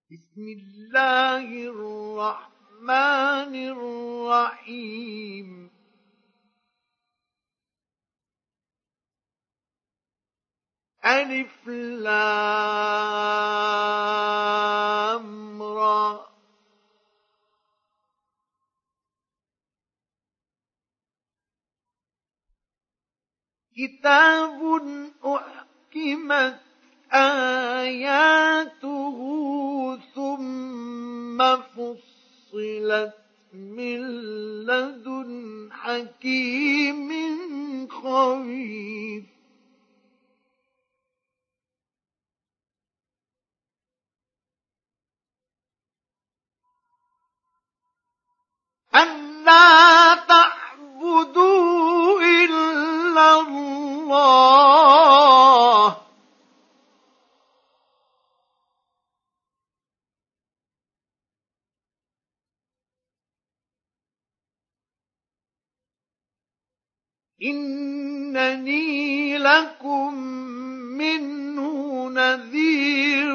بسم الله الرحمن الرحيم ألف لام را كتاب أحكمت آياته ثم فصلت من لدن حكيم خبير ألا تعبدوا إلا الله إنني لكم منه نذير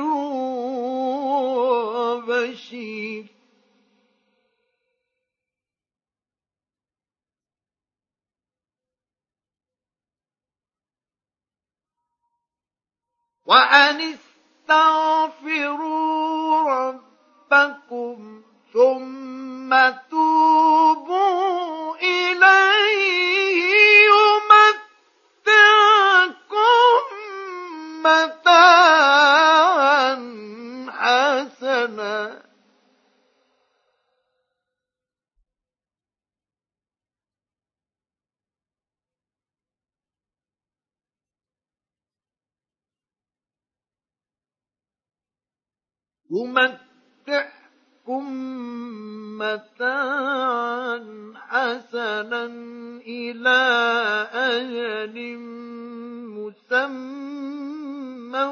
وبشير وأن استغفروا ربكم ثم توبوا إليه يمتعكم متاعا حسنا إلى أجل مسمى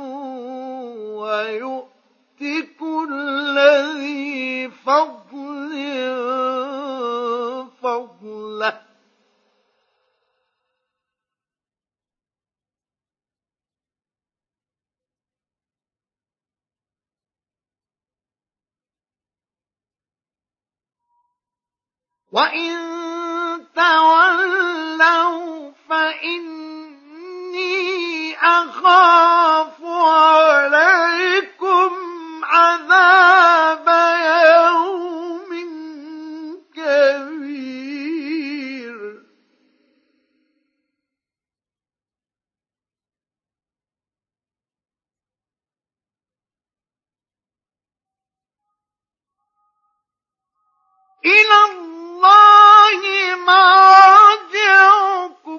ويؤت كل ذي فضل فضله وإن تولوا فإني أخاف عليكم عذاب يوم كبير إلى الله مرجعكم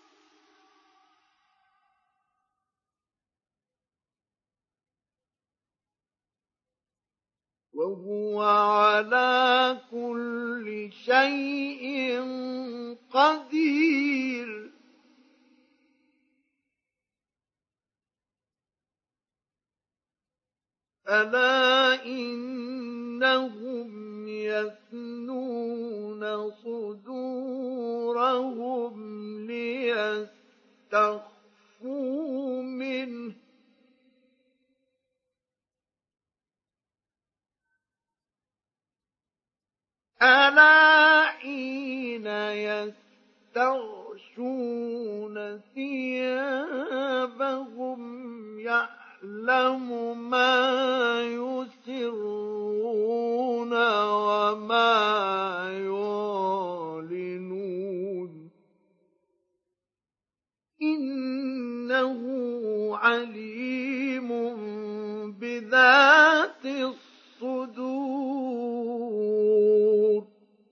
وهو على كل شيء قدير ألا إنهم يثنون صدورهم ليستخفوا منه ألا حين يستغشون ثيابهم يعلم ما يسرون وما يعلنون إنه عليم بذات الصدور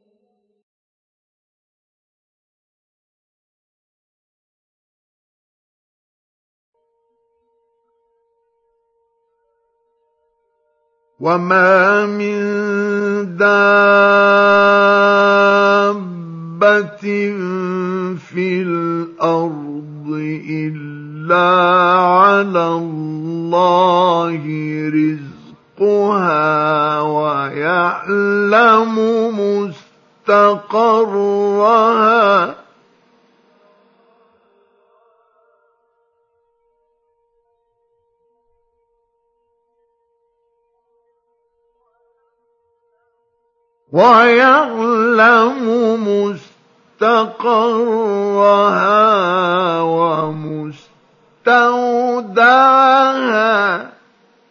وما من دابة في الأرض إلا على الله رزقها ويعلم مستقرها ويعلم مستقرها ومستودعها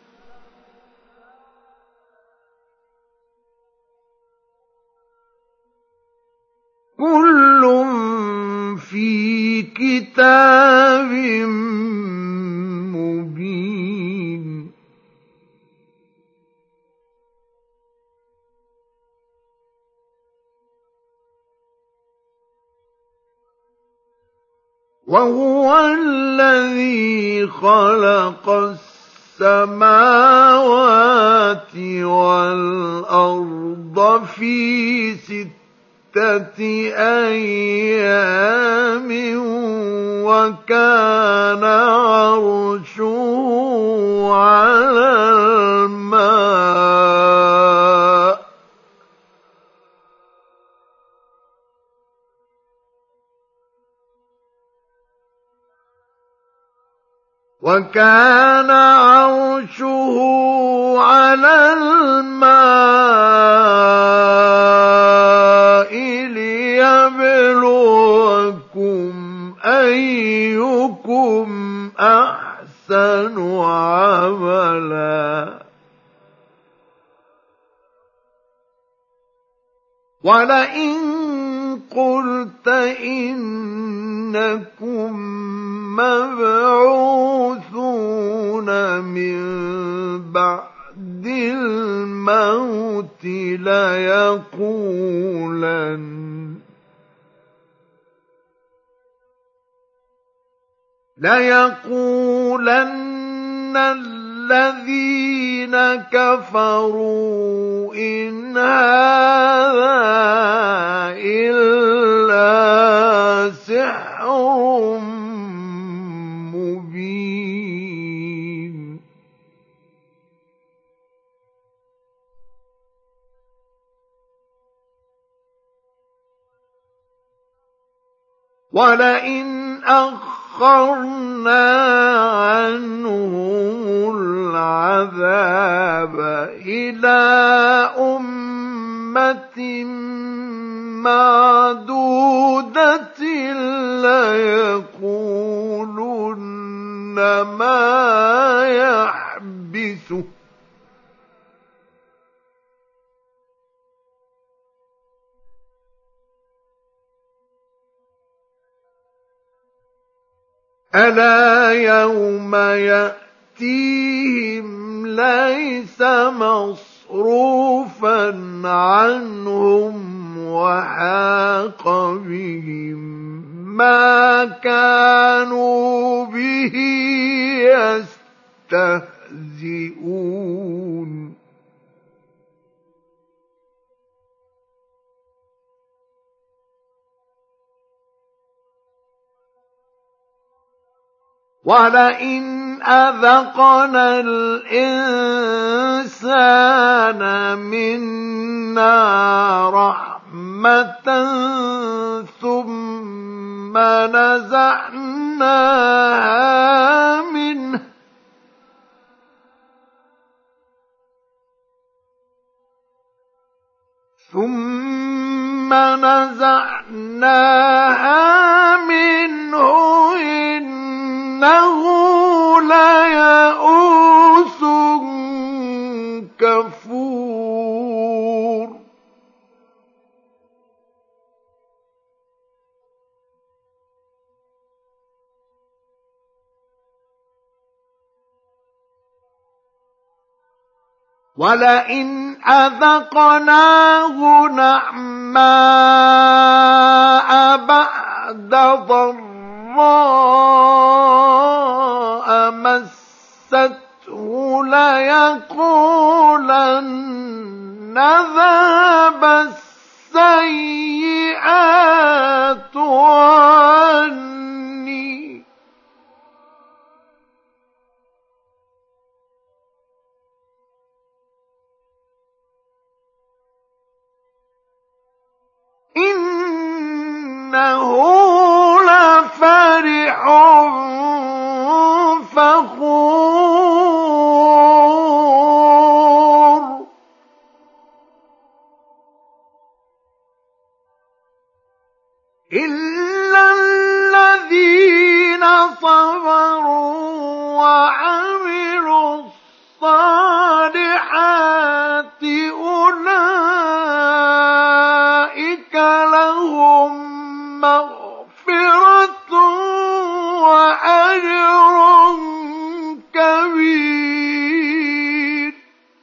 كل في كتاب مبين وهو الذي خلق السماوات والأرض في 6 أيام وكان عرشه على الماء وكان عرشه على الماء ليبلوكم أيكم أحسن عملا ولئن قلت إنكم مبعوثون من بعد الموت ليقولن الذين كفروا إن هذا إلا سحر مبين ولئن أخرنا عنهم العذاب إلى أمة معدودة ليقولن ما يحبسه ألا يوم يأتيهم ليس مصروفا عنهم وحاق بهم ما كانوا به يستهزئون ولئن أذقنا الإنسان منا رحمة ثم نزعناها منه إنه ليئوس كفور ولئن أذقناه نعماء بعد ضراء مسته ليقولن ذهب السيئات عني إنه لفرح فخور وأجر كبير.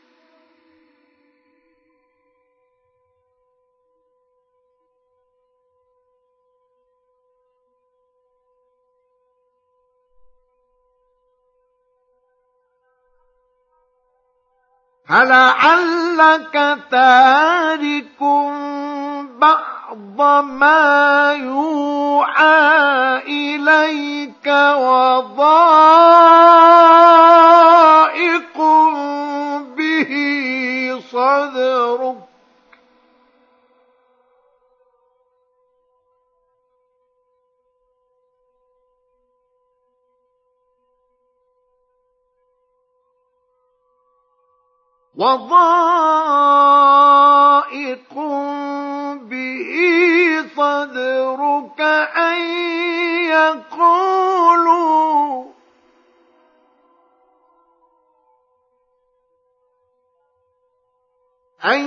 فلعلك تارك بعض ما يوحى إليك وضائق به صدرك وضائق به صدرك أن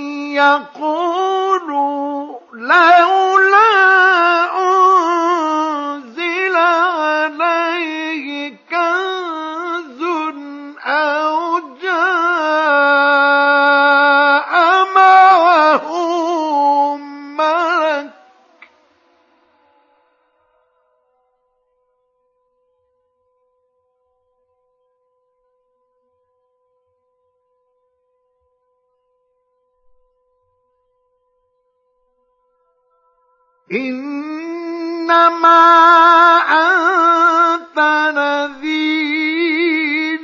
يقولوا لولا أنزل عليه كنز أو جاء معه ملك إنما أنت نذير.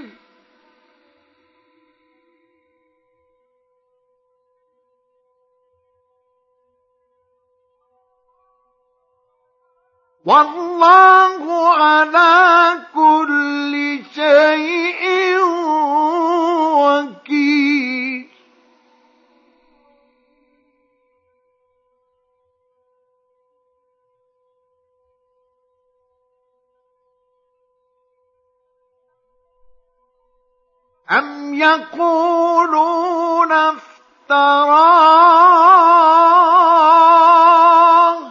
والله على كل شيء وكيل. أم يقولون افتراه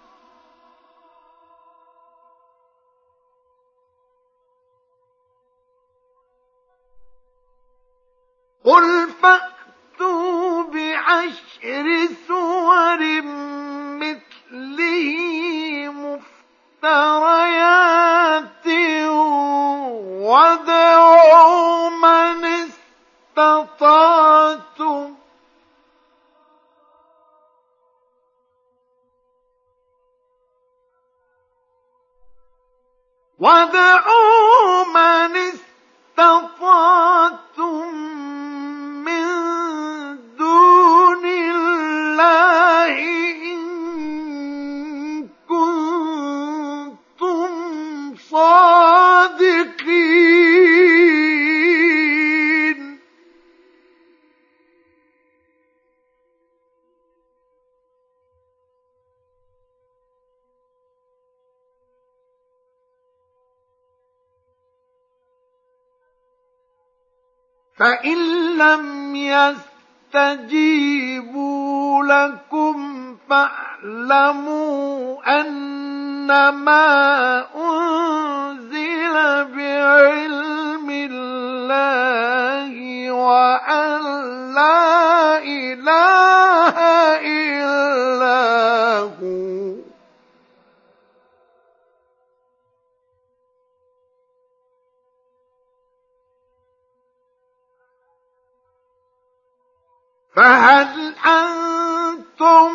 قل فأتوا بعشر سور مثله مفتريات وادعوا من استطعتم من دون الله إن كنتم صادقين. فإن لم يستجيبوا لكم فاعلموا أنما أنزل بعلم الله وأن لا إله إلا هو. فهل أنتم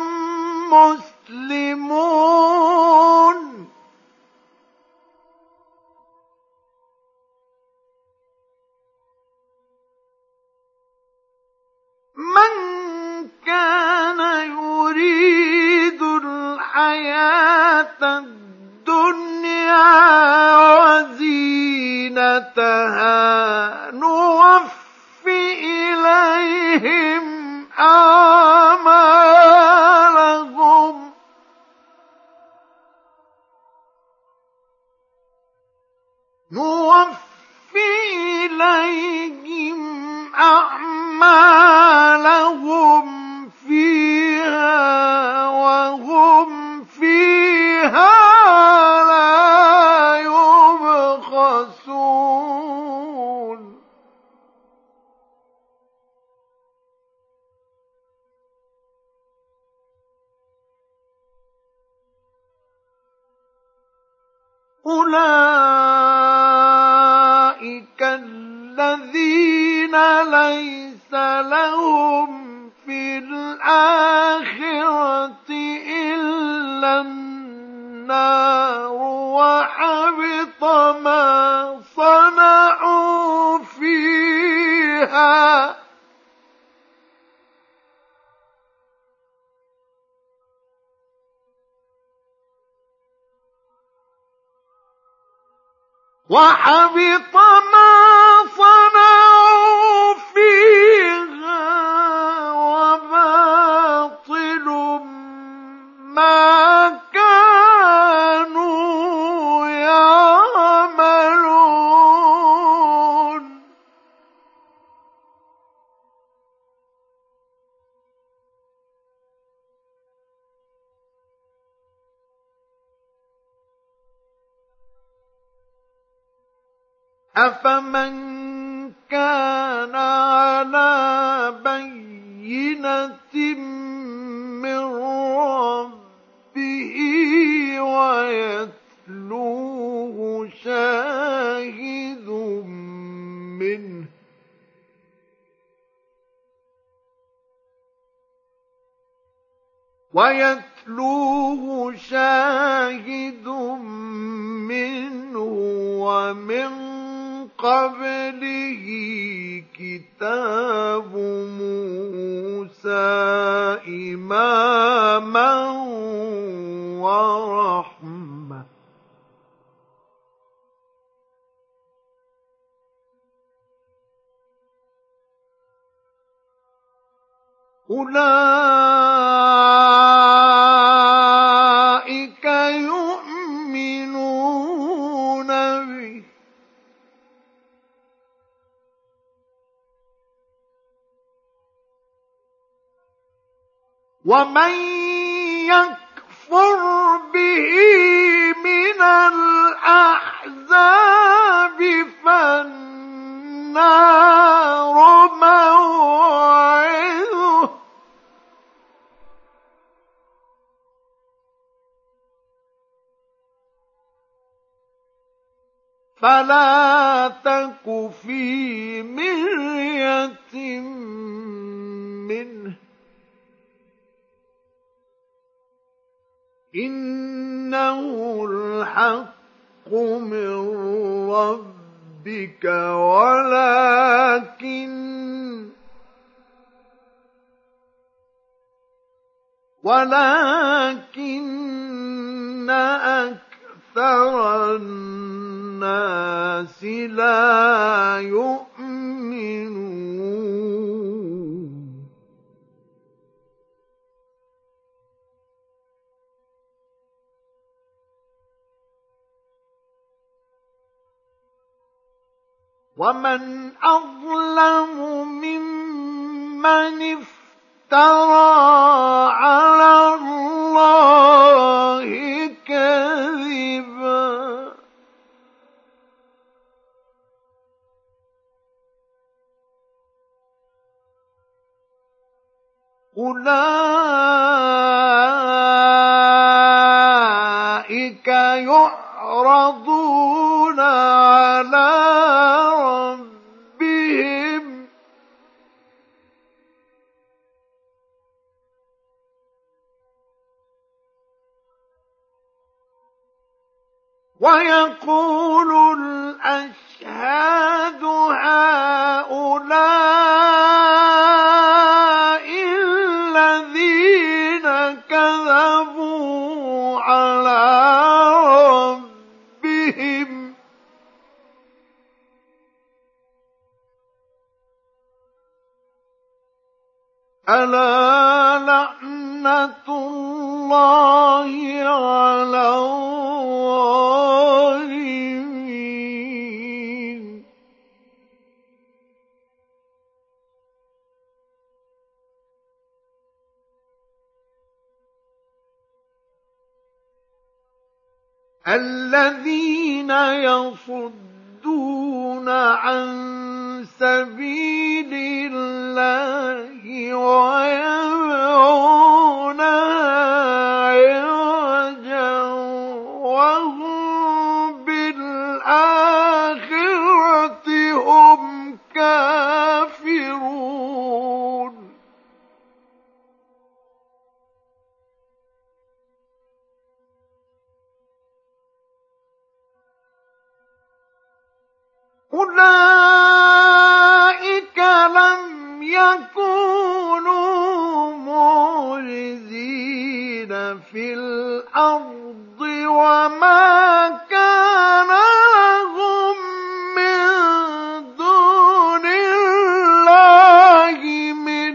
مسلمون؟ من كان يريد الحياة الدنيا وزينتها نوفِ إليهم أعمالهم فيها وهم فيها لا أولئك الذين ليس لهم في الآخرة إلا النار وحبط ما صنعوا فيها وحبط ما صنعوا فيها وباطل ما كانوا يعملون أفمن كان على بينة من ربه ويتلوه شاهد منه ومن قبله كتاب موسى إماما ورحمة أولئك يؤمنون به ومن يكفر به من الأحزاب فالنار موعده فلا تك في مرية منه إنه الحق من ربك ولكن أكثر الناس لا يؤمنون ومن أظلم ممن افترى على الله كذبا أولئك يعرضون على ربهم ويقول الأشهاد هؤلاء الذين كذبوا على ربهم ألا لعنة الله على الظالمين الذين يصدون عن سبيل الله ويبغونها عوجا وهم أولئك لم يكونوا معجزين في الأرض وما كان لهم من دون الله من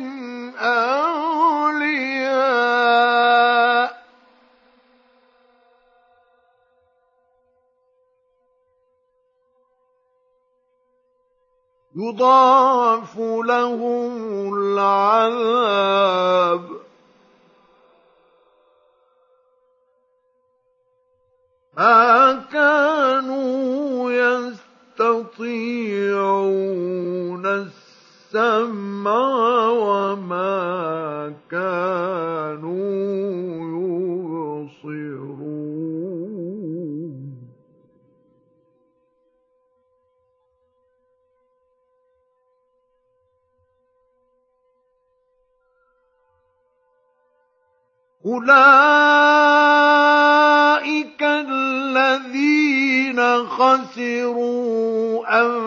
أولياء يضاعف لهم العذاب ما كانوا يستطيعون السمع وما كانوا يبصرون أولئك الذين خسروا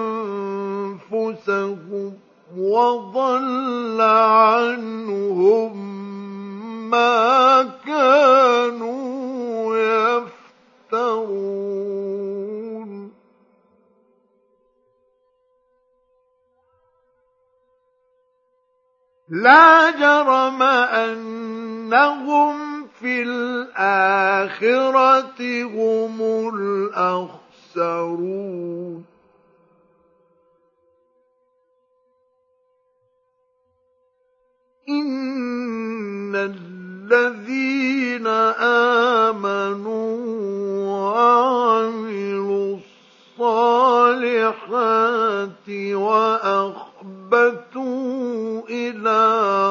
أنفسهم وضل عنهم ما كانوا يفترون لا جرم أنهم في الآخرة هم الأخسرون إن الذين آمنوا وعملوا الصالحات وأخبتوا إلى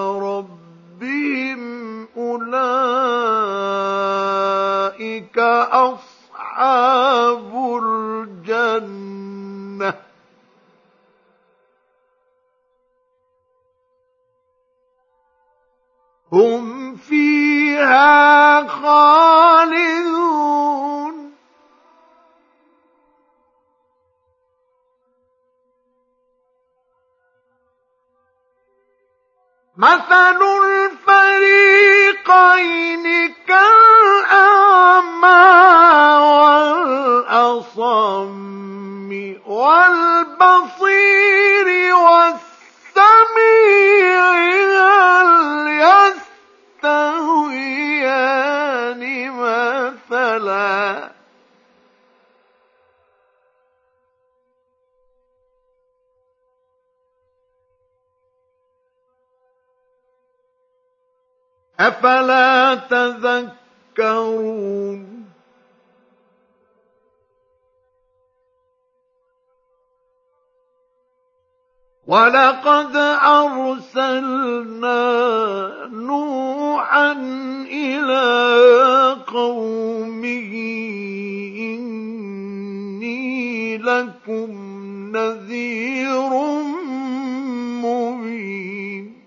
ربهم أولئك أصحاب الجنة هم فيها خالدون مثل الفريقين كالأعمى والأصم والبصير والسميع هل يستويان مثلا أفلا تذكرون ولقد أرسلنا نوحا إلى قومه إني لكم نذير مبين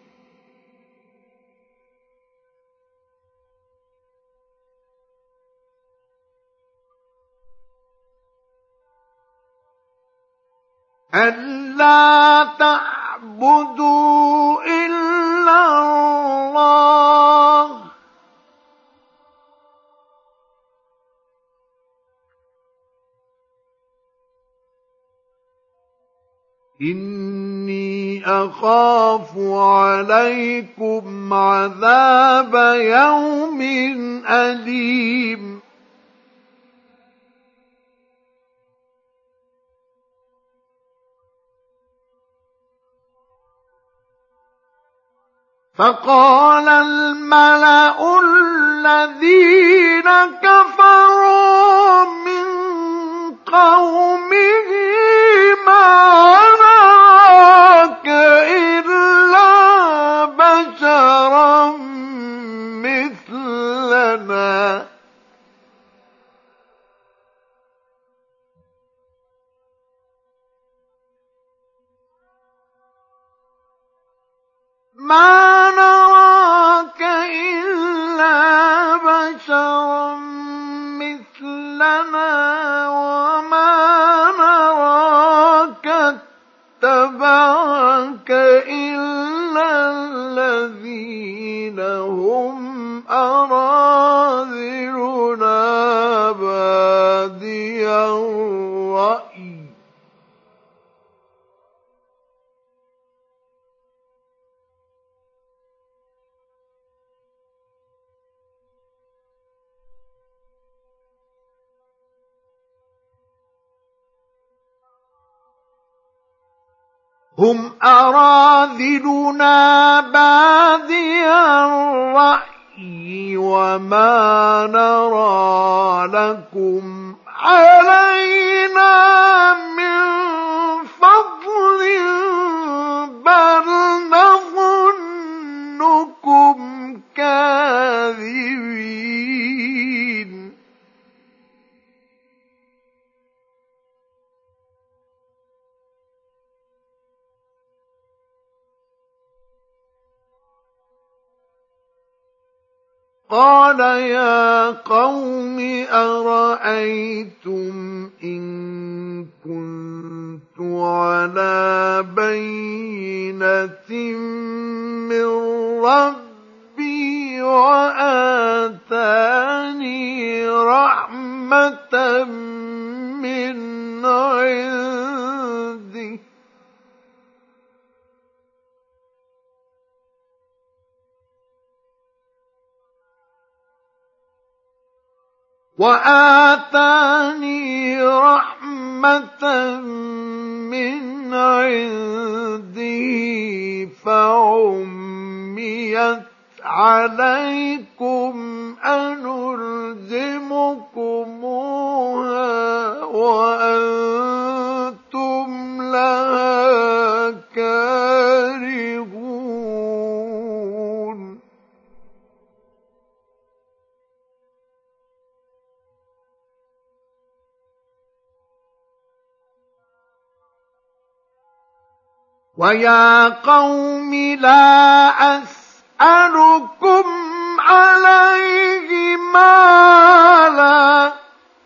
ألا تعبدوا إلا الله إني أخاف عليكم عذاب يوم أليم فقال الملأ الذين كفروا من قومه ما نراك إلا بشرا مثلنا ما نراك إلا بشرا مثلنا وما نراك الرأي هم أراذلنا بادي الرأي وما نرى لكم علينا من فضل بل نظنكم كاذبين قال يا قوم أرأيتم إن كنت على بينة من ربي وآتاني رحمة من عنده فعميت عليكم أنلزمكموها وأنتم لها كارهون ويا قوم لا أسألكم عليه مالا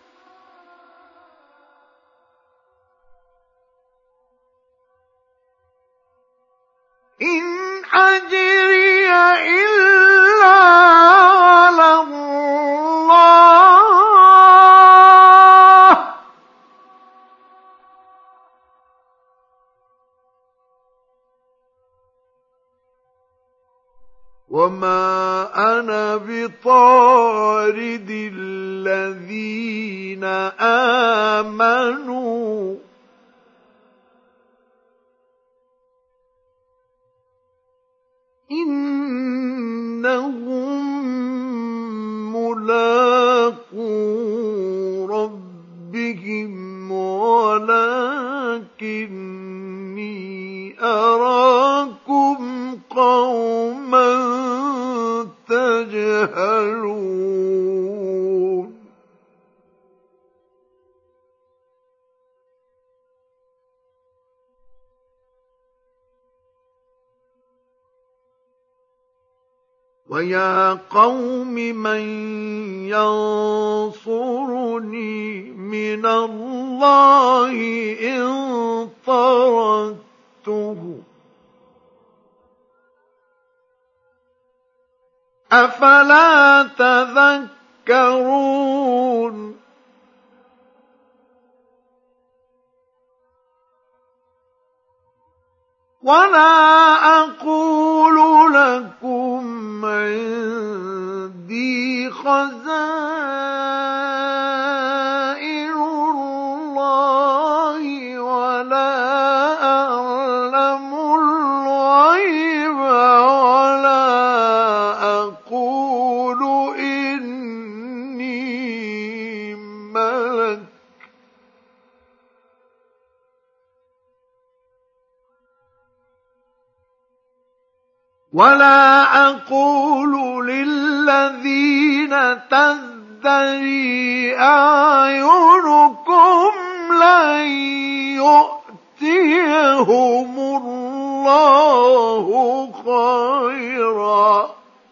إن أجري إلا على الله وما أنا بطارد الذين آمنوا إنهم ملاقو ربهم ولكني أراكم قوما تجهلون ويا قوم من ينصرني من الله إن طردته أفلا تذكرون ولا أقول لكم عندي خزائن الله ولا أعلم الغيب ولا أقول إني ملك ولا أقول للذين تزدري أعينكم لن يؤتيهم الله خيرا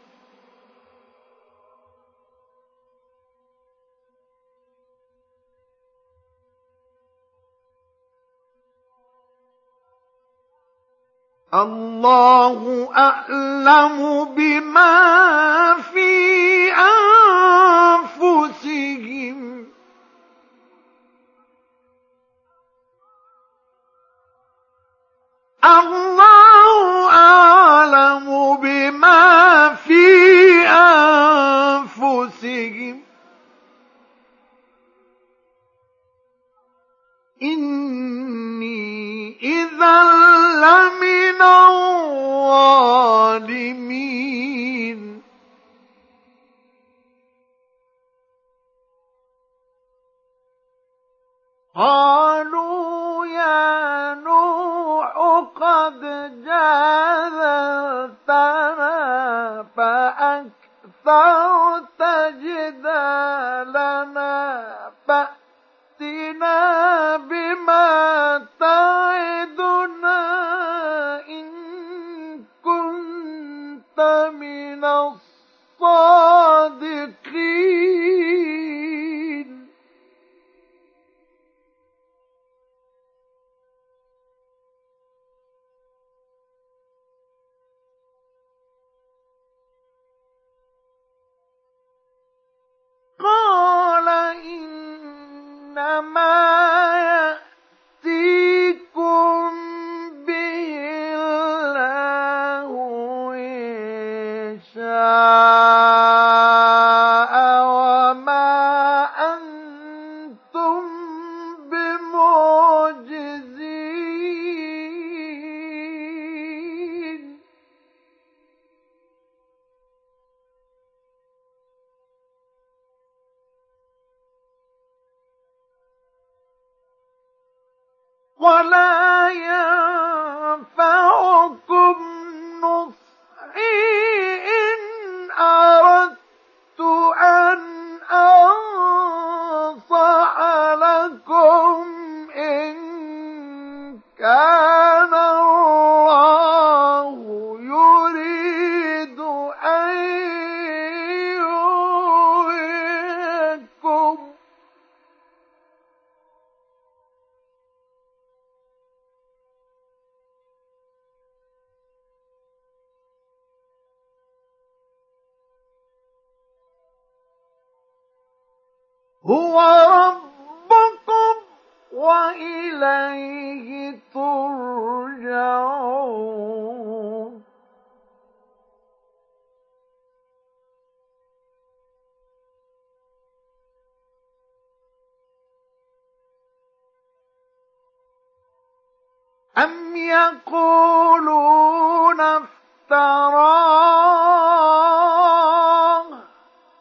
الله أعلم بما في أنفسهم الله أعلم بما في أنفسهم إني إذا لمن الظالمين قالوا يا نوح قد جادلتنا فأكثرت جدالنا فأتنا بما تعدنا إن كنت من الصادقين قال إنما يأتيكم به الله إن شاء وما أنتم بمعجزين ولا ينفعكم نصحي إن أردت أن أنصح لكم إن كان الله يريد أن يغويكم هو ربكم وإليه ترجعون أم يقولون افتراه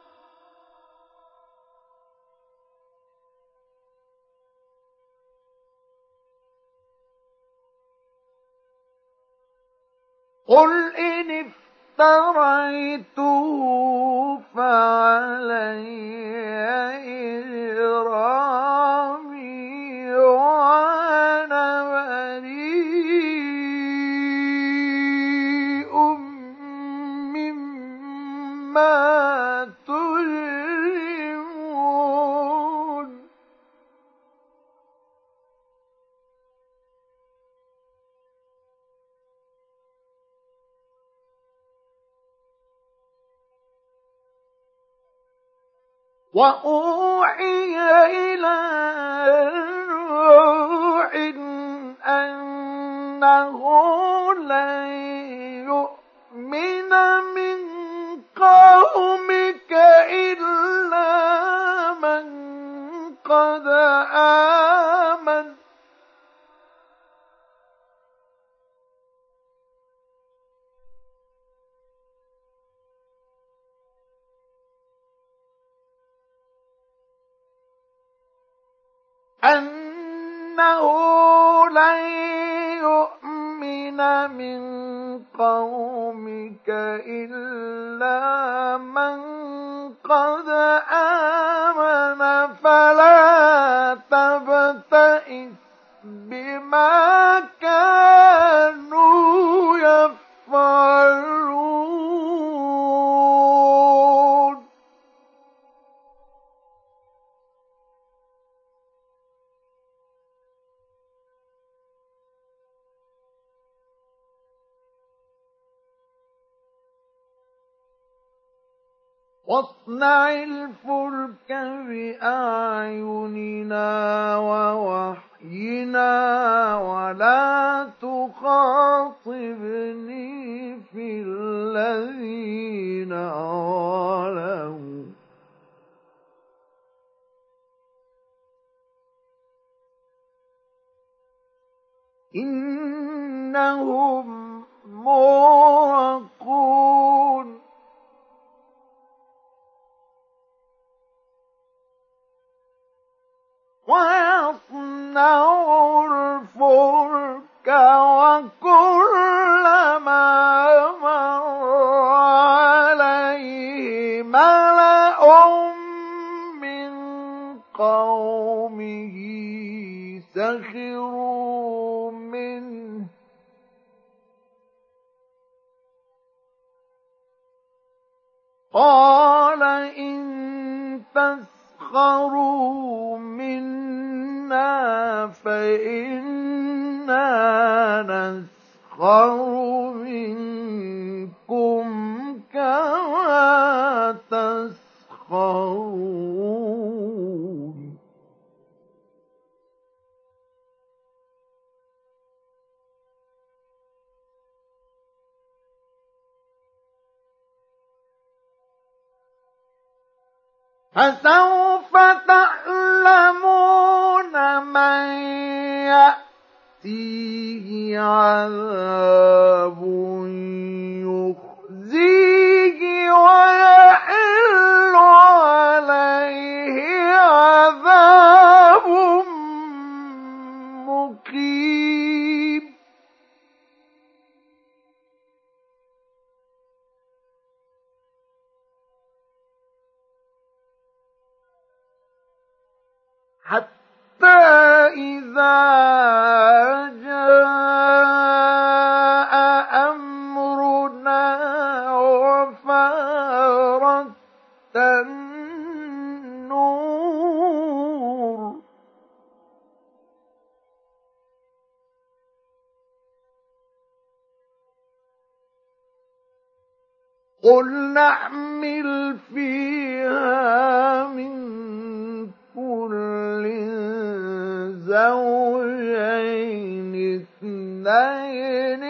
قل إن افتريته فعلي إجرامي وأنا بريء مما تجرمون وأوحي إلى نوح أنه لن يؤمن من قومك إلا من قد آمن أنه لن يؤمن من قومك إلا من قد آمن فلا تبتئس بما كانوا يفعلون واصنع الفلك بأعيننا ووحينا أحينا ولا تخاطبني في الذين ظلموا إنهم مغرقون ويصنع الفلك وكلما مر عليه ملأ من قومه سخروا منه قال إن تسخروا منا فإنا نسخر منكم كما تسخرون فسوف تعلمون من يأتيه عذاب يخزيه ويحل عليه عذاب مقيم حتى إذا جاء أمرنا وفارت النور قل نحمل فيها من كل زوجين اثنين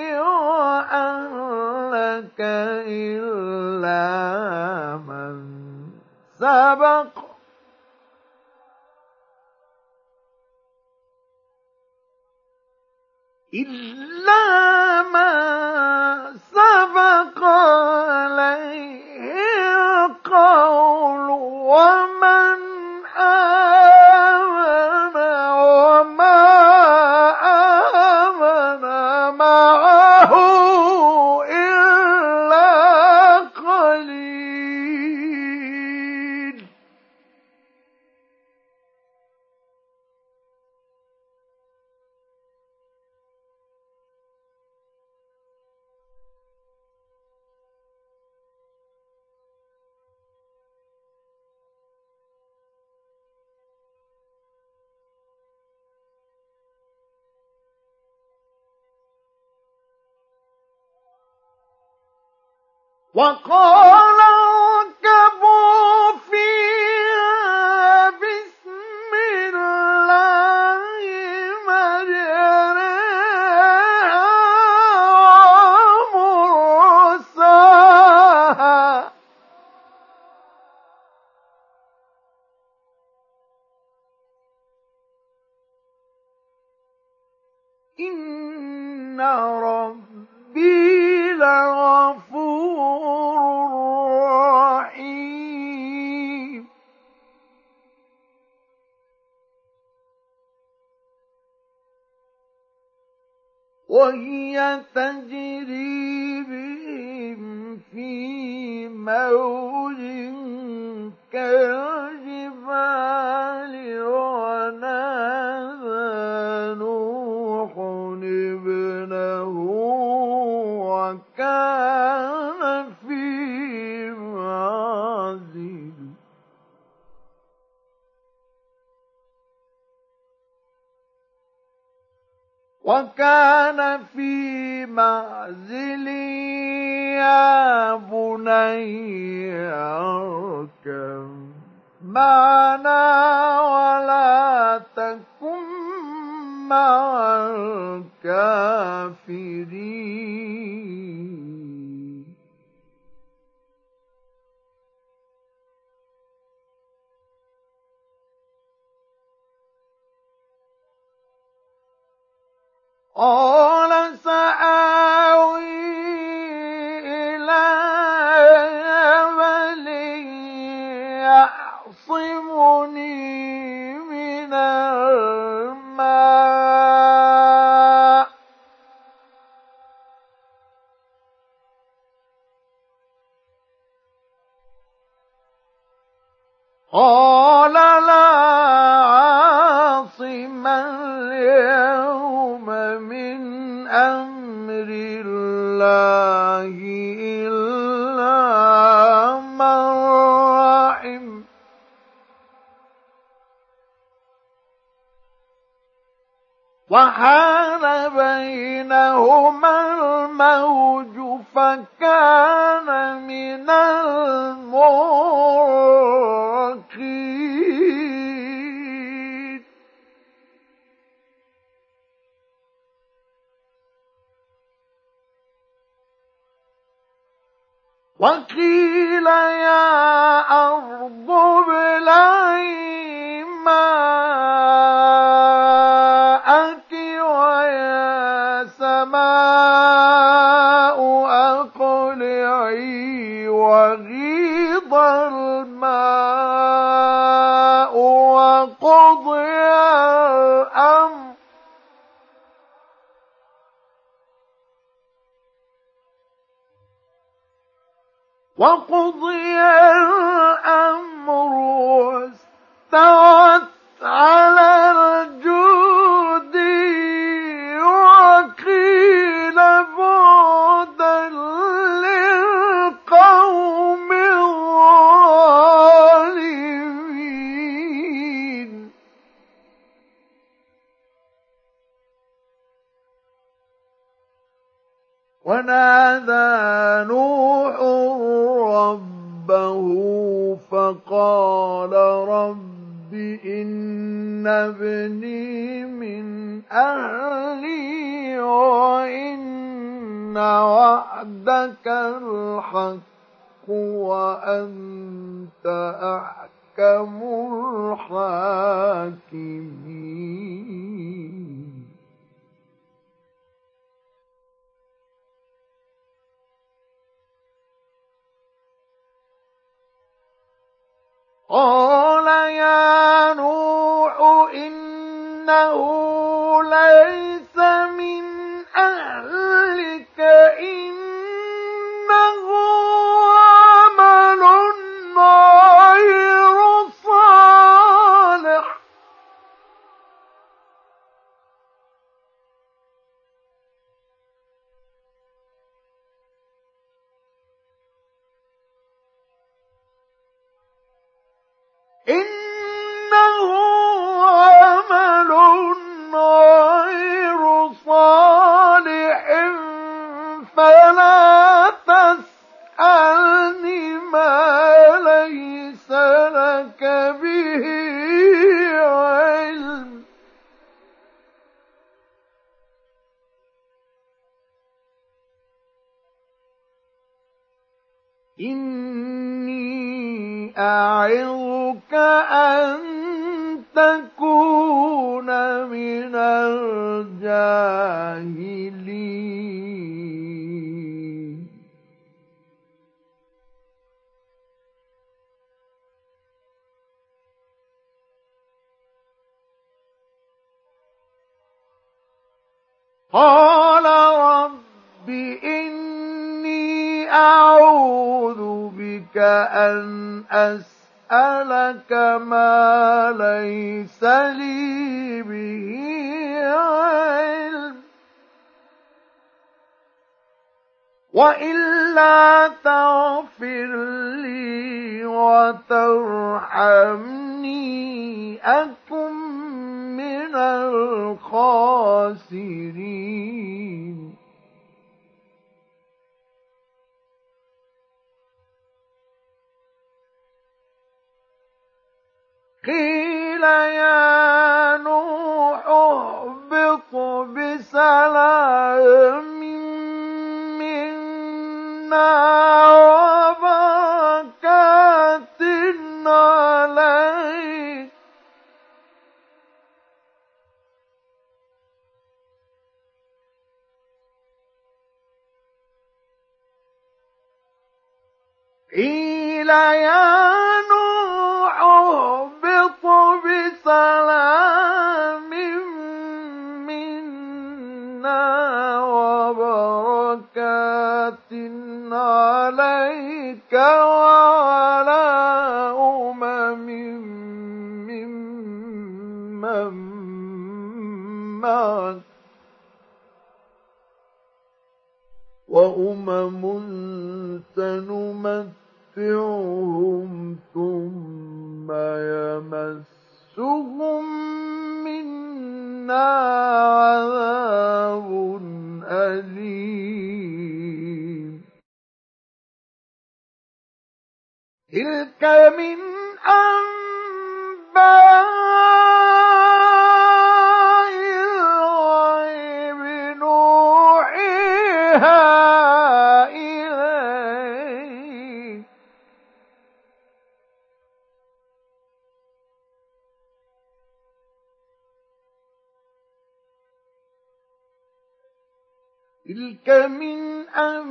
وأهلك إلا من سبق عليه القول ومن آمن وما آمن معه إلا قليل وقال اركبوا فيها بسم الله مجريها ومرساها إن ربي لغفور رحيم وهي تجري بهم في موج كالجبال ونادى نوح ابنه وكان في معزل يا بني اركب معنا ولا تكن مع الكافرين قال سآوي إلى جبل يعصمني من الماء قال لا عاصم اليوم من أمر الله إلا من رحم وحال بينهما الموج فكان من المغرقين وقيل يا أرض ابلعي ماءك ويا سماء أقلعي وغيض الماء وقضي الأمر واستوت على الجود وقيل بعدا للقوم الظالمين ونادى نوح ربه فقال رب إن ابني من أهلي وإن وعدك الحق وأنت أحكم الحاكمين قال يا نوح إنه ليس من أهلك إنه عمل غير صالح إنه عمل غير صالح فلا تسألني ما ليس لك به علم إني أعظك أن تكون من الجاهلين قال رب إني أعوذ بك أن أسألك ما ليس لي به علم وإلا تغفر لي وترحمني أكن من الخاسرين قيل يا نوح اهبط قيل يا نوح اهبط بسلام منا وبركات عليك وعلى ممن معك سنمتعهم ثم يمسهم منا عذاب أليم تلك من أنباء الغيب نوحيها إليك تلك من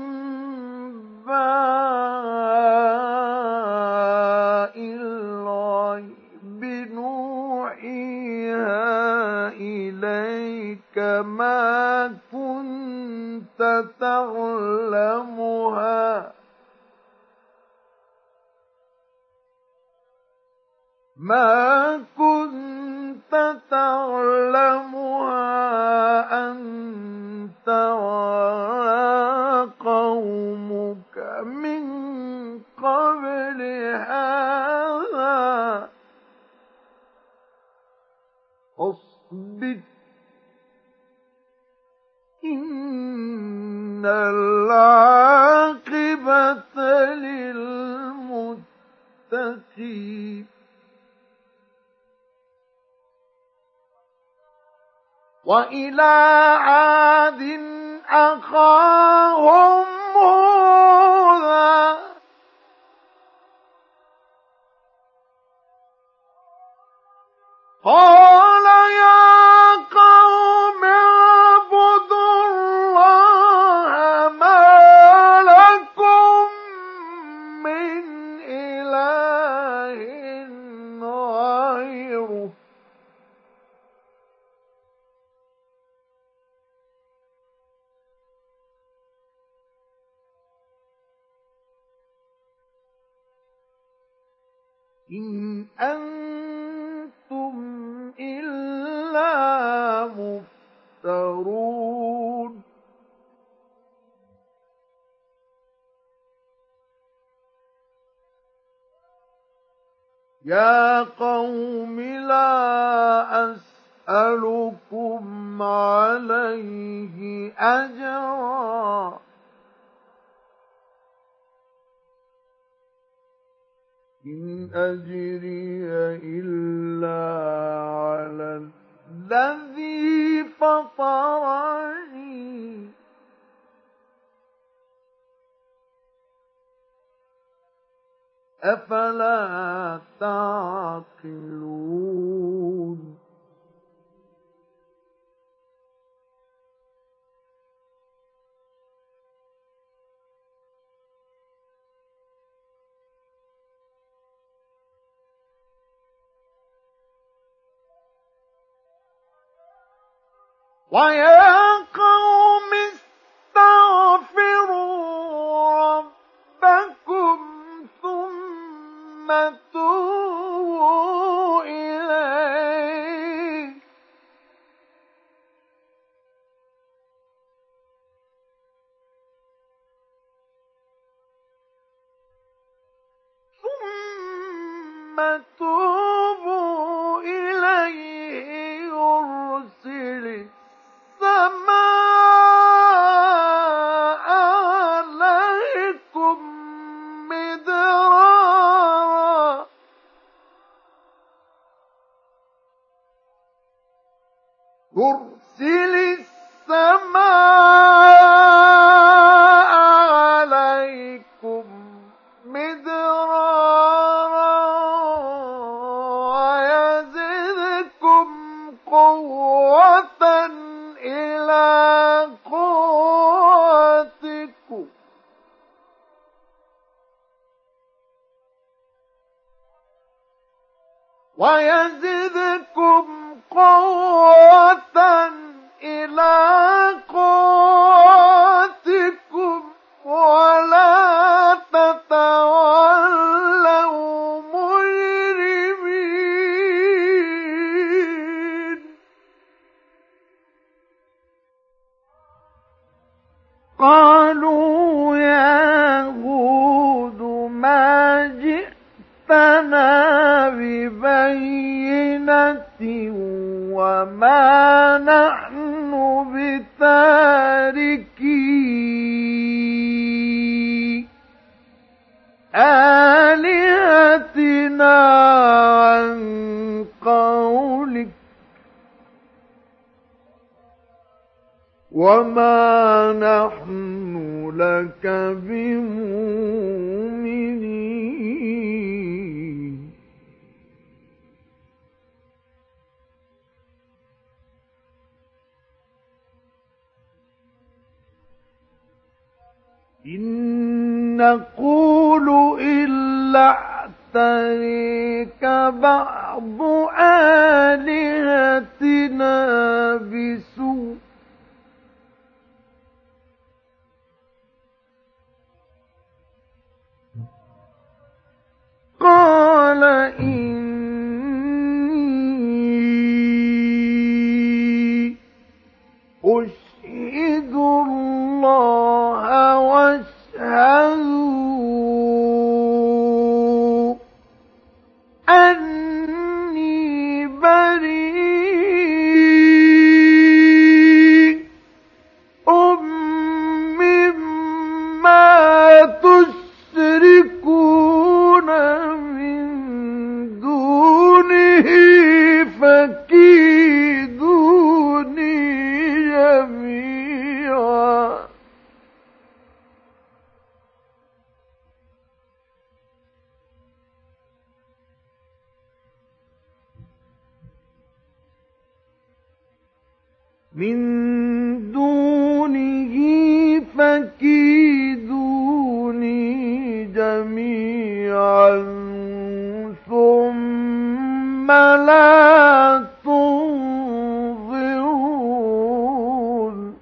أنباء الغيب نوحيها إليك ما كنت تعلمها أنت ولا قومك من قبل هذا فاصبر إن العاقبة للمتقين وإلى عاد أخاهم هودا قال يا قوم اعبدوا الله ما لكم من إله غيره إن أنتم إلا مفترون يا قوم لا أسألكم عليه أجرا إن أجري إلا على الذي فطرني أفلا تعقلون ويا قوم استغفروا ربكم ثم توبوا إليه يرسل السماء عليكم مدرارا ويزدكم قوة إلى قوتكم ويزدكم قوة إلى قوتكم ولا تتولوا مجرمين. قالوا يا هود ما جئتنا ببينة وما نحن بتاركي آلهتنا عن قولك وما نحن لك بمؤمنين. إن نقول إلا اعتريك بعض آلهتنا بسوء قال إني أشهد الله واشهدوا أني بريء مما تشركون من دونه فكيدوني جميعا من دونه فكيدوني جميعا ثم لا تنظرون.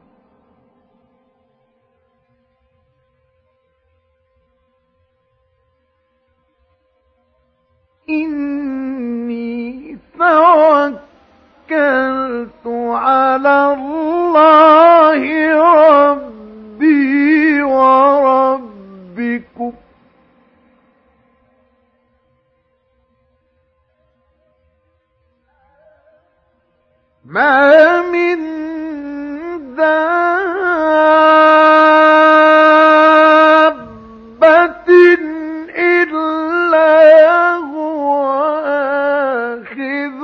إني توكلت على الله ربي وربكم ما من دابة إلا هو آخذ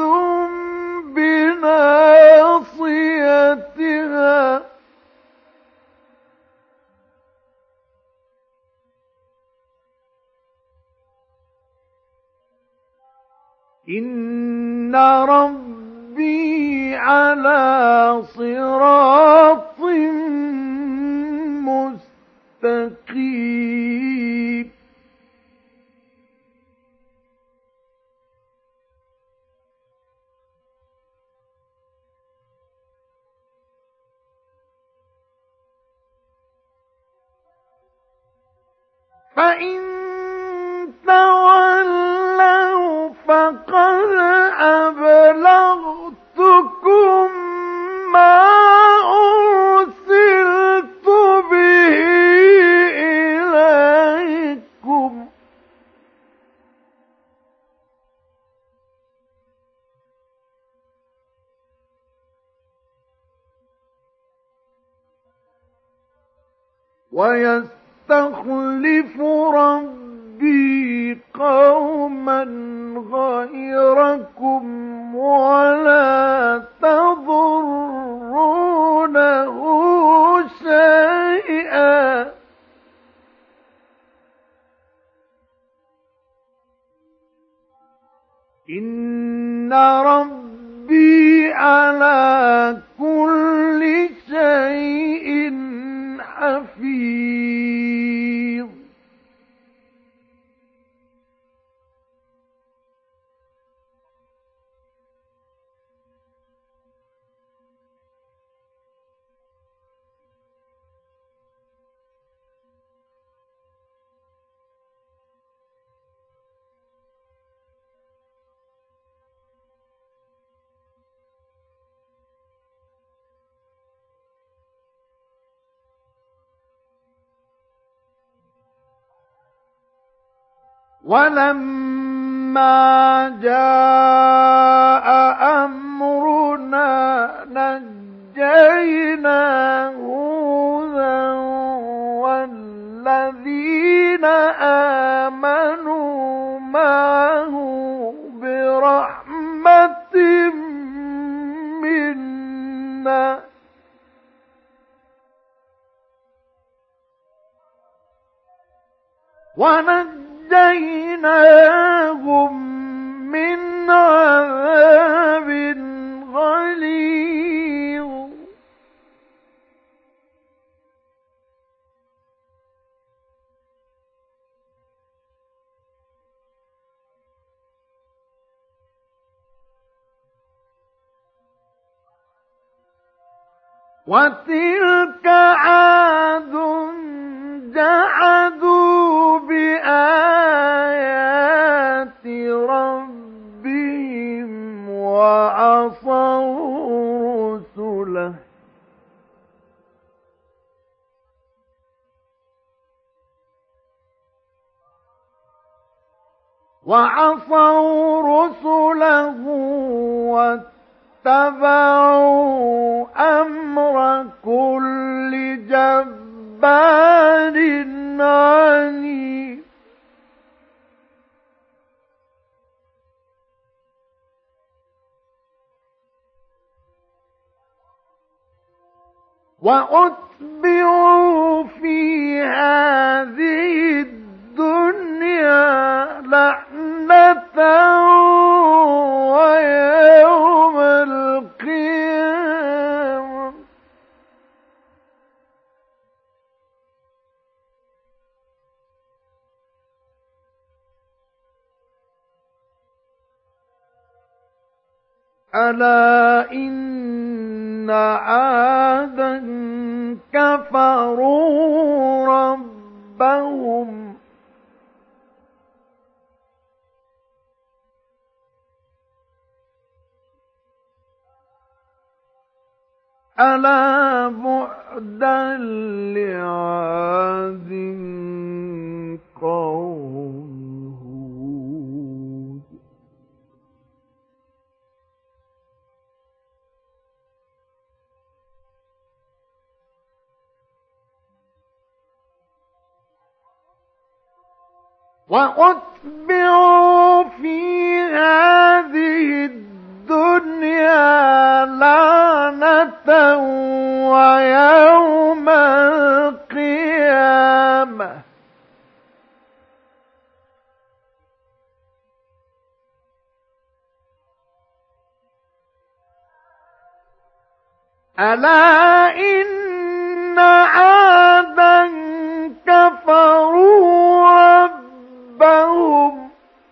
بناصيتها إن ربي على صراط مستقيم. فإن تولوا فقد أبلغتكم ما أرسلت به إليكم ويستخلف ربي قوما غيركم ولا تضرونه شيئا إن ربي على كل شيء حفيظ. ولما جاء أمرنا نجينا هودا والذين آمنوا معه برحمة منا ونجيناهم من عذاب غليظ. وتلك عاد جحدوا بآيات ربهم وعصوا رسله واتبعوا أمر كل جبار عنيد. وأتبعوا في هذه الدنيا لعنة ويوم القيامة ألا إن عادا كفروا ربهم ألا بعدا لعاد قوم هود. وأتبعوا في هذه الدنيا لعنة ويوم القيامة ألا إن عادا كفروا ربهم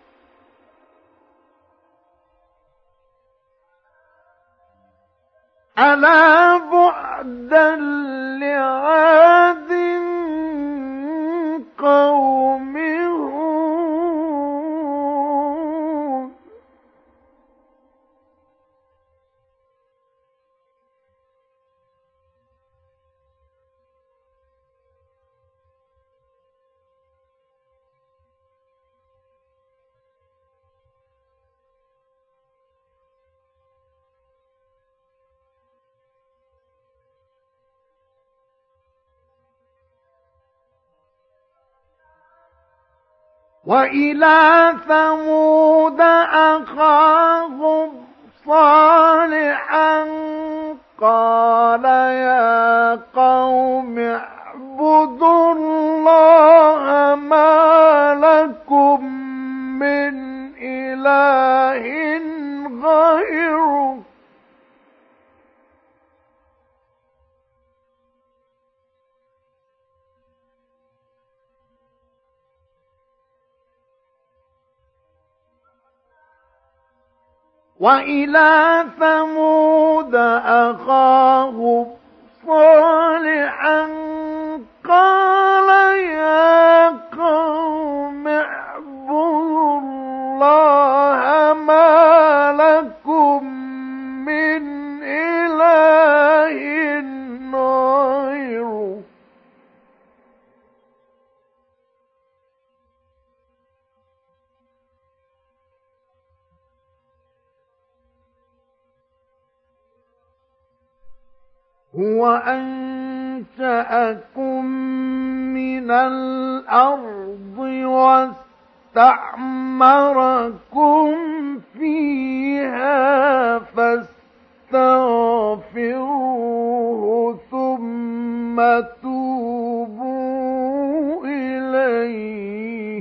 ألا بعدا لعاد قوم هود. وإلى ثمود أخاهم صالحا قال يا قوم اعبدوا الله ما لكم من إله غيره وإلى ثمود أخاهم صالحا قال يا قوم اعبدوا الله ما لكم من إله غيره هو أنشأكم من الأرض واستعمركم فيها فاستغفروه ثم توبوا إليه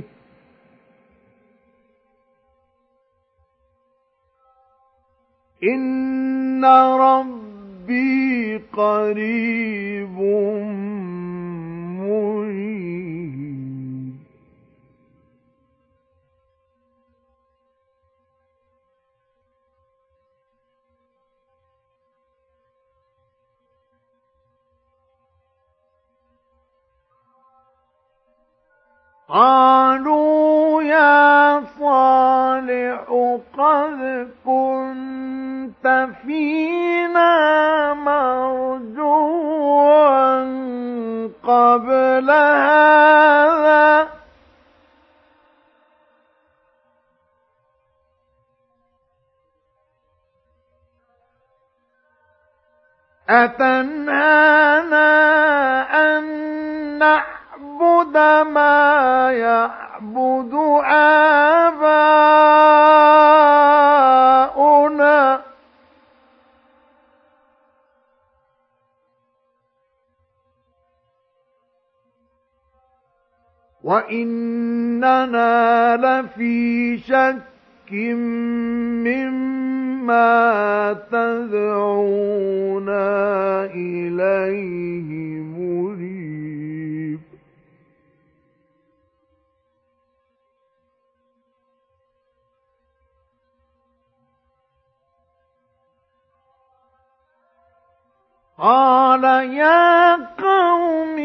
إن ربي قريب مجيب. قالوا يا صالح قد كنت فينا مرجوا قبل هذا أتنهانا أن نعبد ما يعبد آباؤنا وإننا لفي شك مما تدعونا إليه مريب. قال يا قوم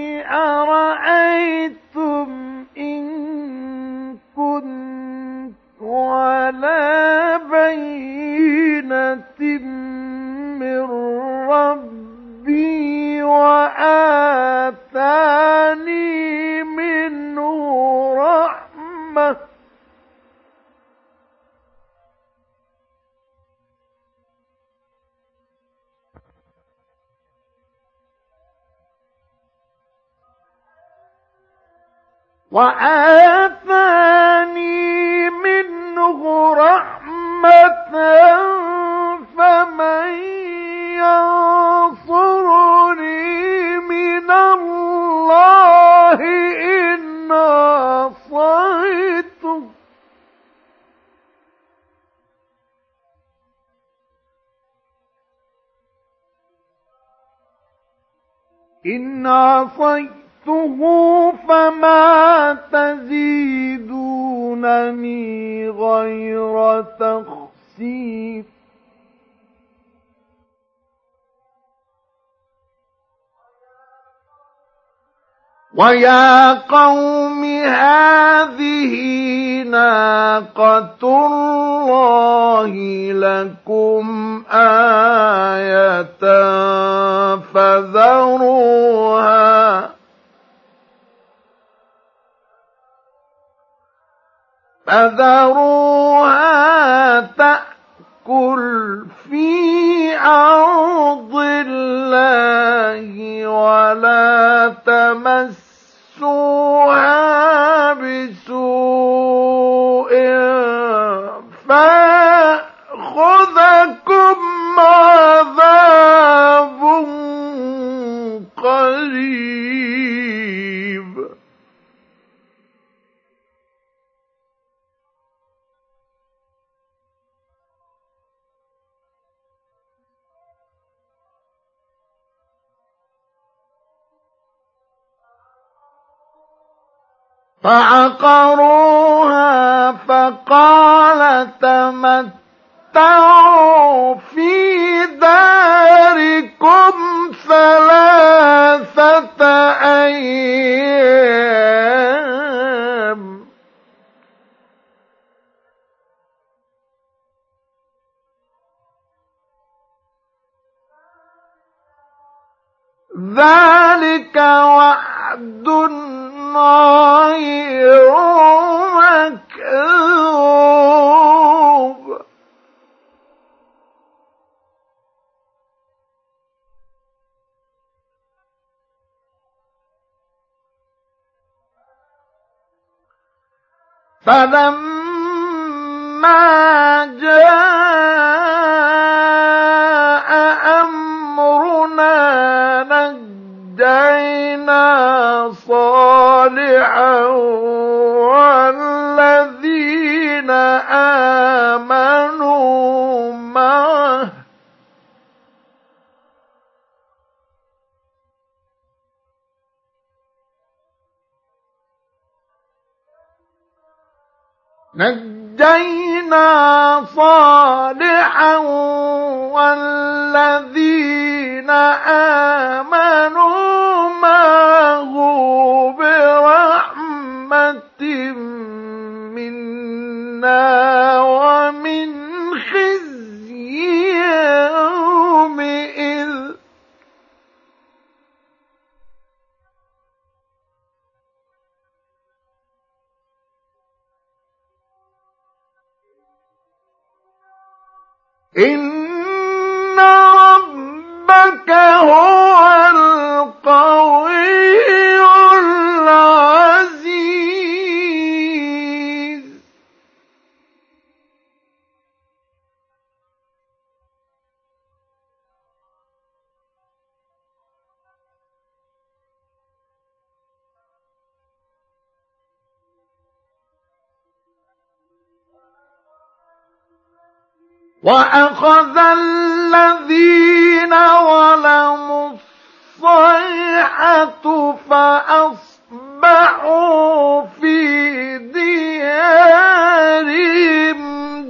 أرأيتم إن كنت على بينة من ربي وآتاني منه رحمة فمن ينصرني من الله إن عصيته فما تزيدونني غير تخسير. ويا قوم هذه ناقة الله لكم آية فذروها تأكل في أرض الله ولا تمسوها بسوء فيأخذكم عذاب قريب. فعقروها فقال تمتعوا في داركم 3 أيام ذلك وعد غير مكذوب. فلما جاء أمرنا نجينا صالحا والذين آمنوا معه والذين آمنوا معه برحمة منا ومن خزي يومئذ إن ربك هو القوي العزيز وأخذ الذين ظلموا الصيحة فأصبحوا في ديارهم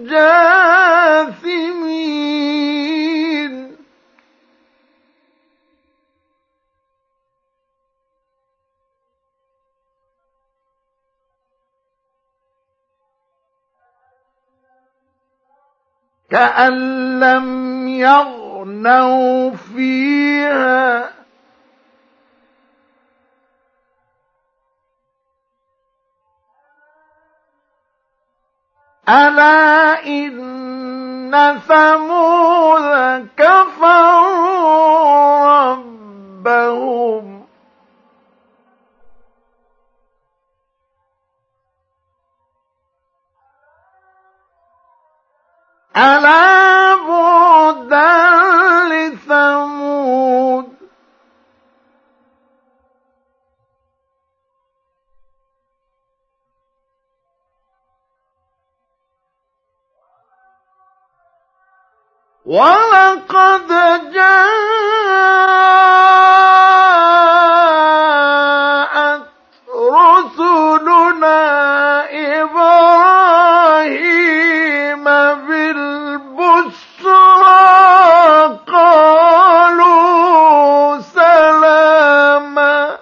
جاثمين كأن لم يغنوا فيها ألا إن ثمود كفروا ربهم ألا بعدا لثمود ولقد جاءت رسلنا إبراهيم بالبشرى قالوا سلاما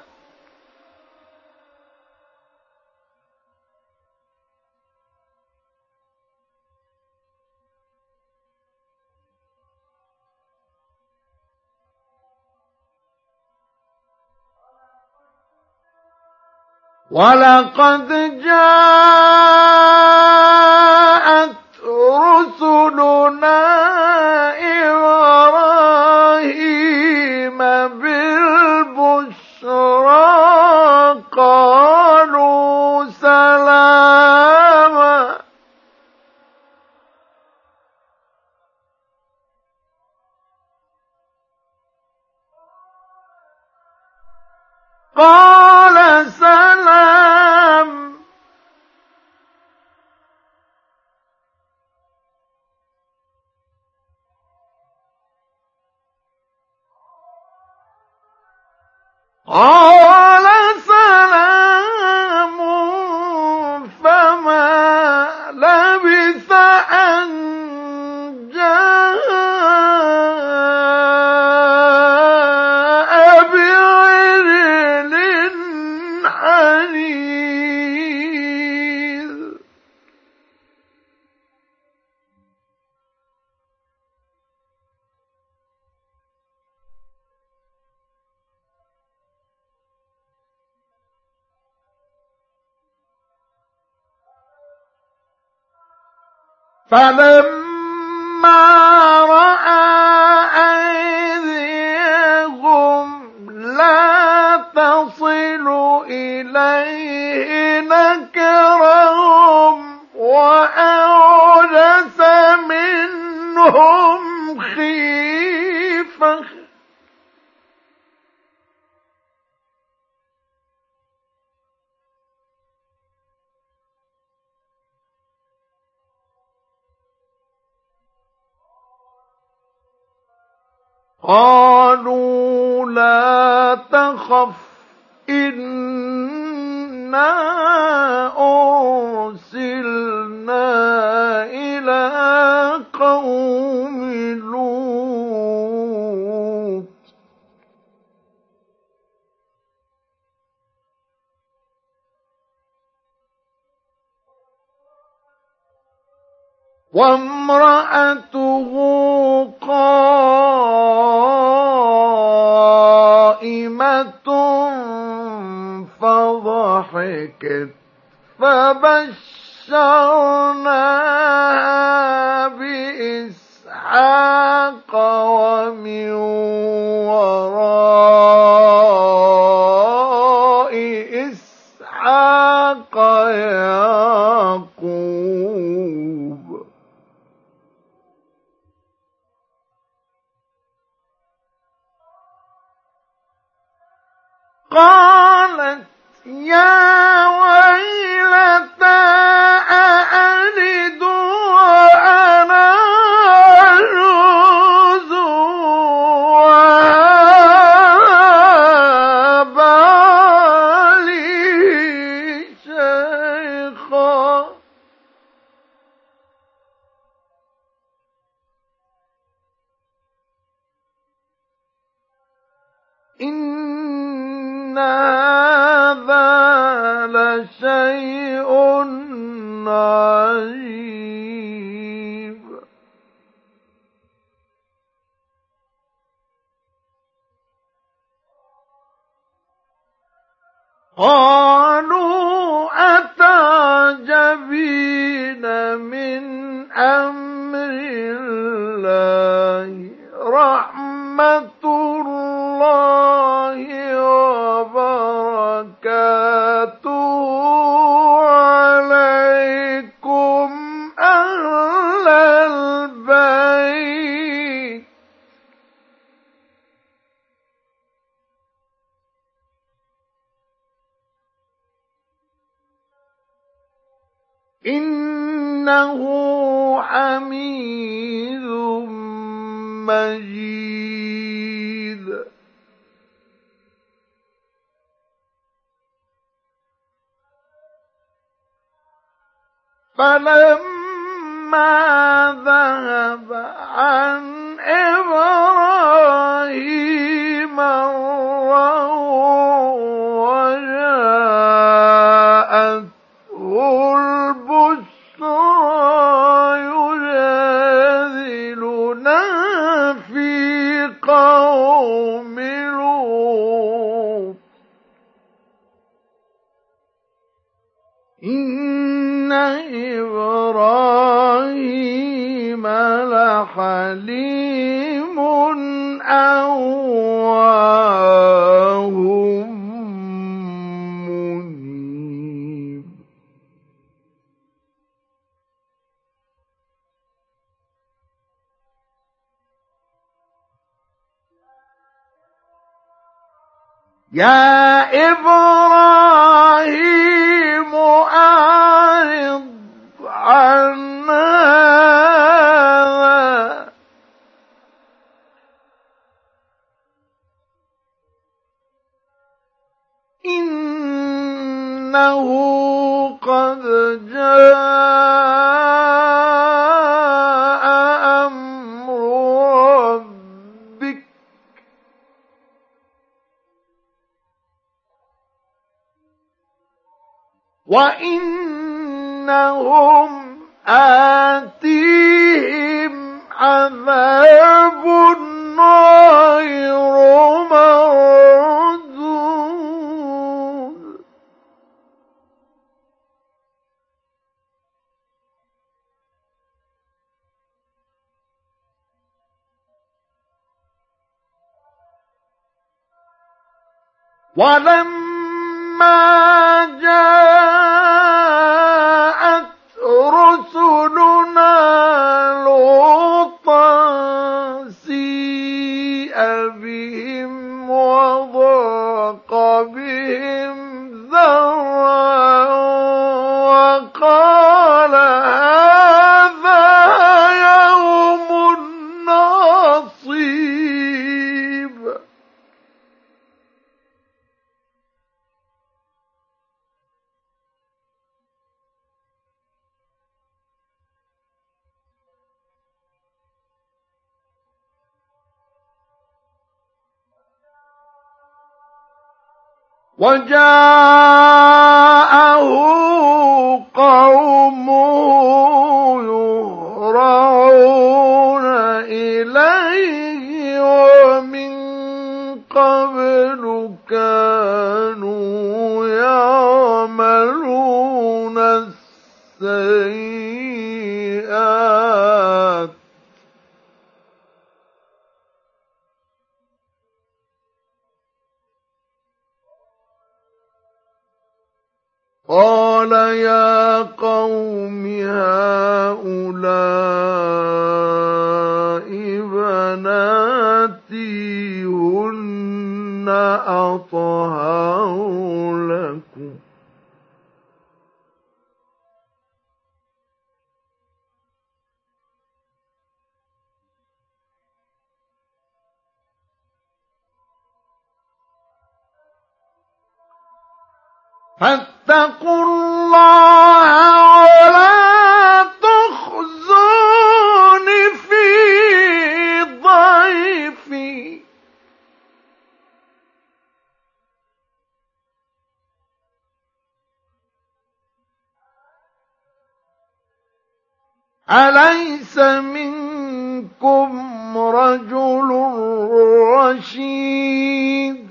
ولقد جاءت رسلنا إبراهيم بالبشرى قالوا سلاما قال سلام قال سلام فما لبث أن جاء بعجل حنيذ فلما رأى أيديهم لا تصل إليه نكرهم قالوا لا تخف إنا أرسلنا إلى قوم لوط وامرأته قائمة فضحكت فبشرناها بإسحاق ومن وراء إسحاق يعقوب قالت يا ويلتى أألد وأنا عجوز وبالي شيخا إن هذا لشيء عجيب قالوا أتعجبين من أمر الله رحمة الله وبركاته عليكم أهل البيت إنه حميد مجيد فلما ذهب عن إبراهيم الروع وجاءته البشرى يجادلنا في قوم لوط إن إبراهيم لحليم أواه منيب يا إبراهيم أعرض عن هذا إنه قد جاء أمر ربك وإنهم آتيهم عذاب غير مردود ولما جاءت رسلنا لوطا سيء بهم وضاق بهم ذرعا وقال هذا يوم عصيب وجاءه قومه يهرعون إليه ومن قبل كانوا يعملون السيئات قال يا قوم هؤلاء بناتي هن أطهر لكم فاتقوا الله ولا تخزون في ضيفي أليس منكم رجل رشيد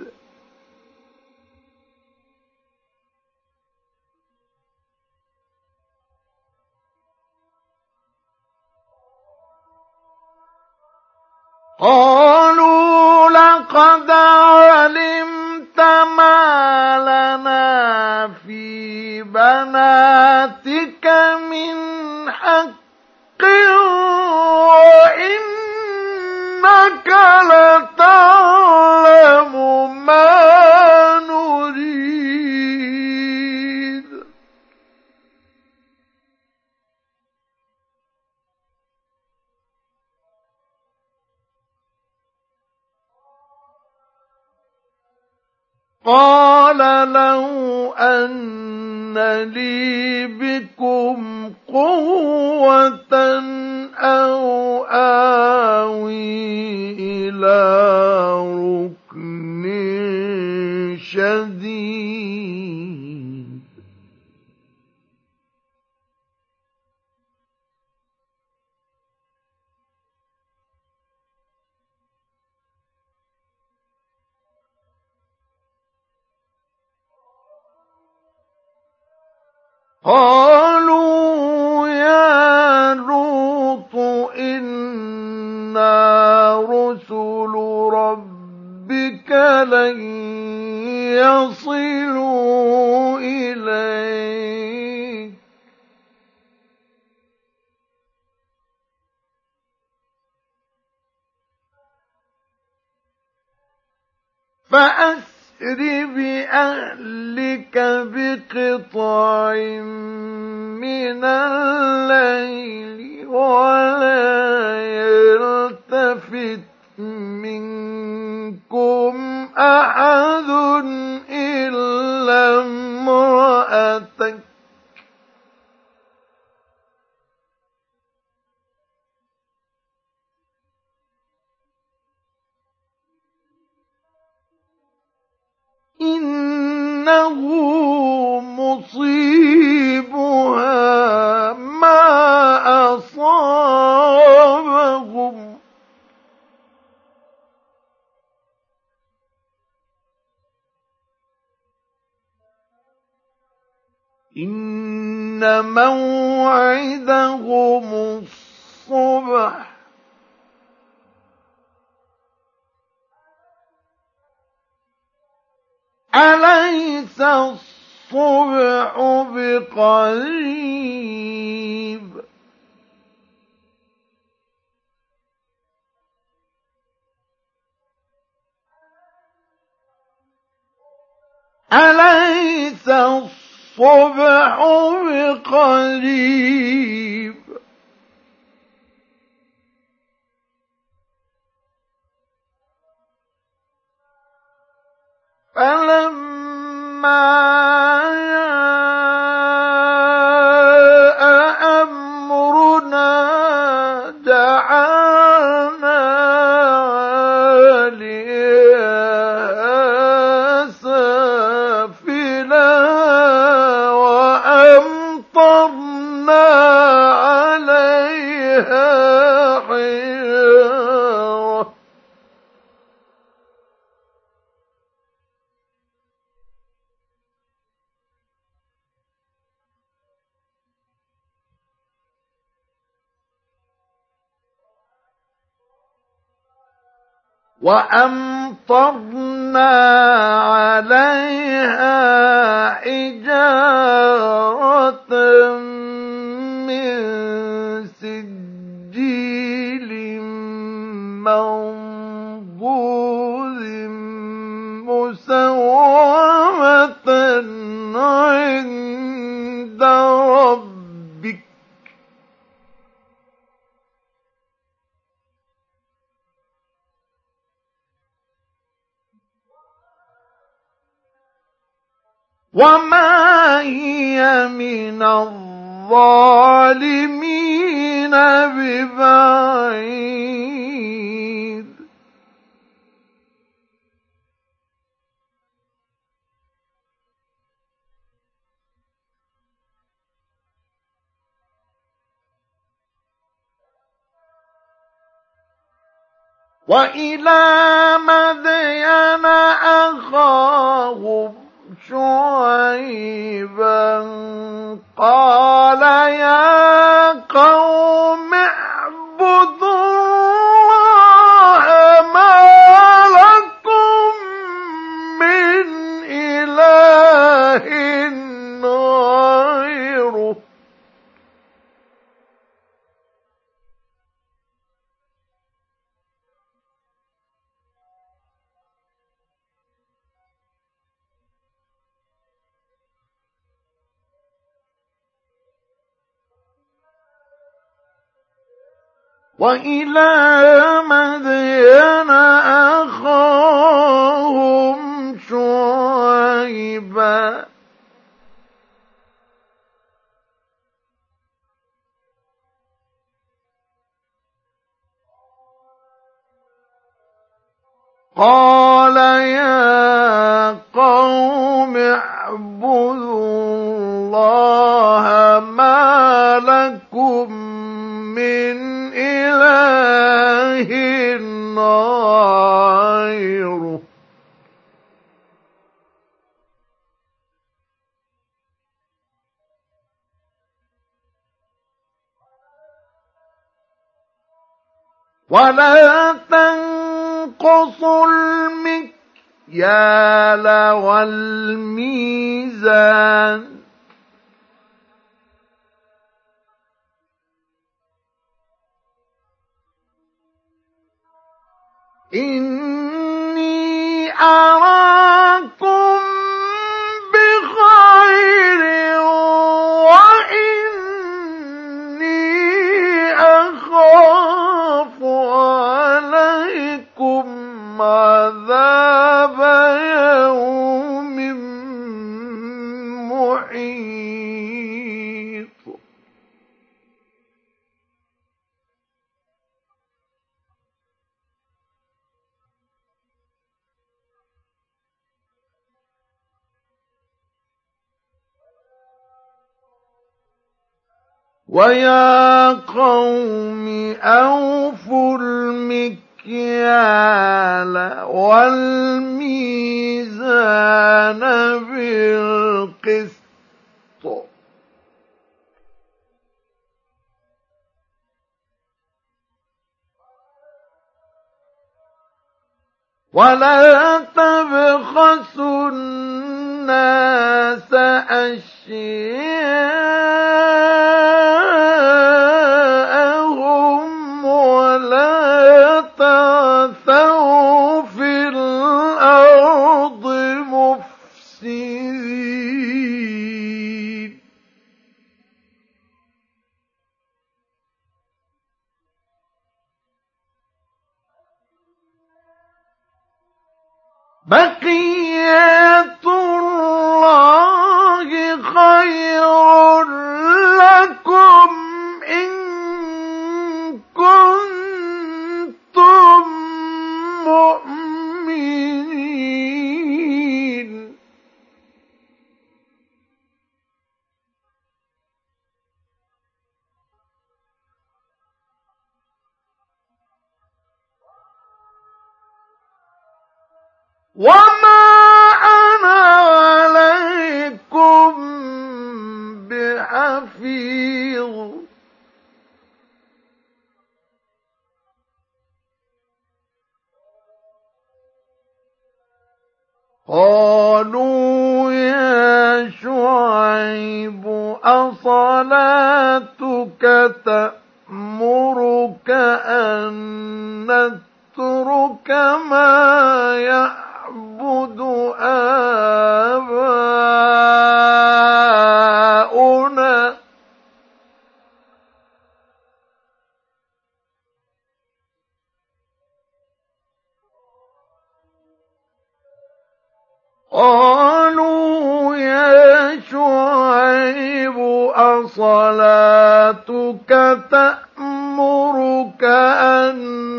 قالوا لقد علمت ما لنا في بناتك من حق وإنك لتعلم ما نريد قال لو أن لي بكم قوة أو آوي إلى ركن شديد قالوا يا لوط إنا رسل ربك لن يصلوا إليك فأسر بأهلك بقطع من الليل ولا يلتفت منكم أحد إلا امرأتك إنه مصيبها ما أصابهم إن موعدهم الصبح أليس الصبح بقريب أليس الصبح بقريب فلما جاء أمرنا جعلنا عاليها وأمطرنا عليها حجارة من سجيل منضود مسومة عند ربك وما هي من الظالمين ببعيد وإلى مدين أخاهم شعيبا قال يا قوم اعبدوا الله ما لكم من إله غيره وإلى مدين أخاهم شعيبا قال يا قوم اعبدوا الله ما لكم من إله غيره ولا تنقصوا المكيال والميزان إني أراكم بخير وإني أخاف عليكم عذاب يوم محيط ويا قوم أوفوا المكيال والميزان بالقسط ولا تبخسوا الناس أشياءهم ولا تعثوا في الأرض مفسدين بقية الله خير قالوا يا شعيب أصلاتك تأمرك أن نترك ما يعبد آباؤنا قالوا يا شعيب أصلاتك تأمرك أن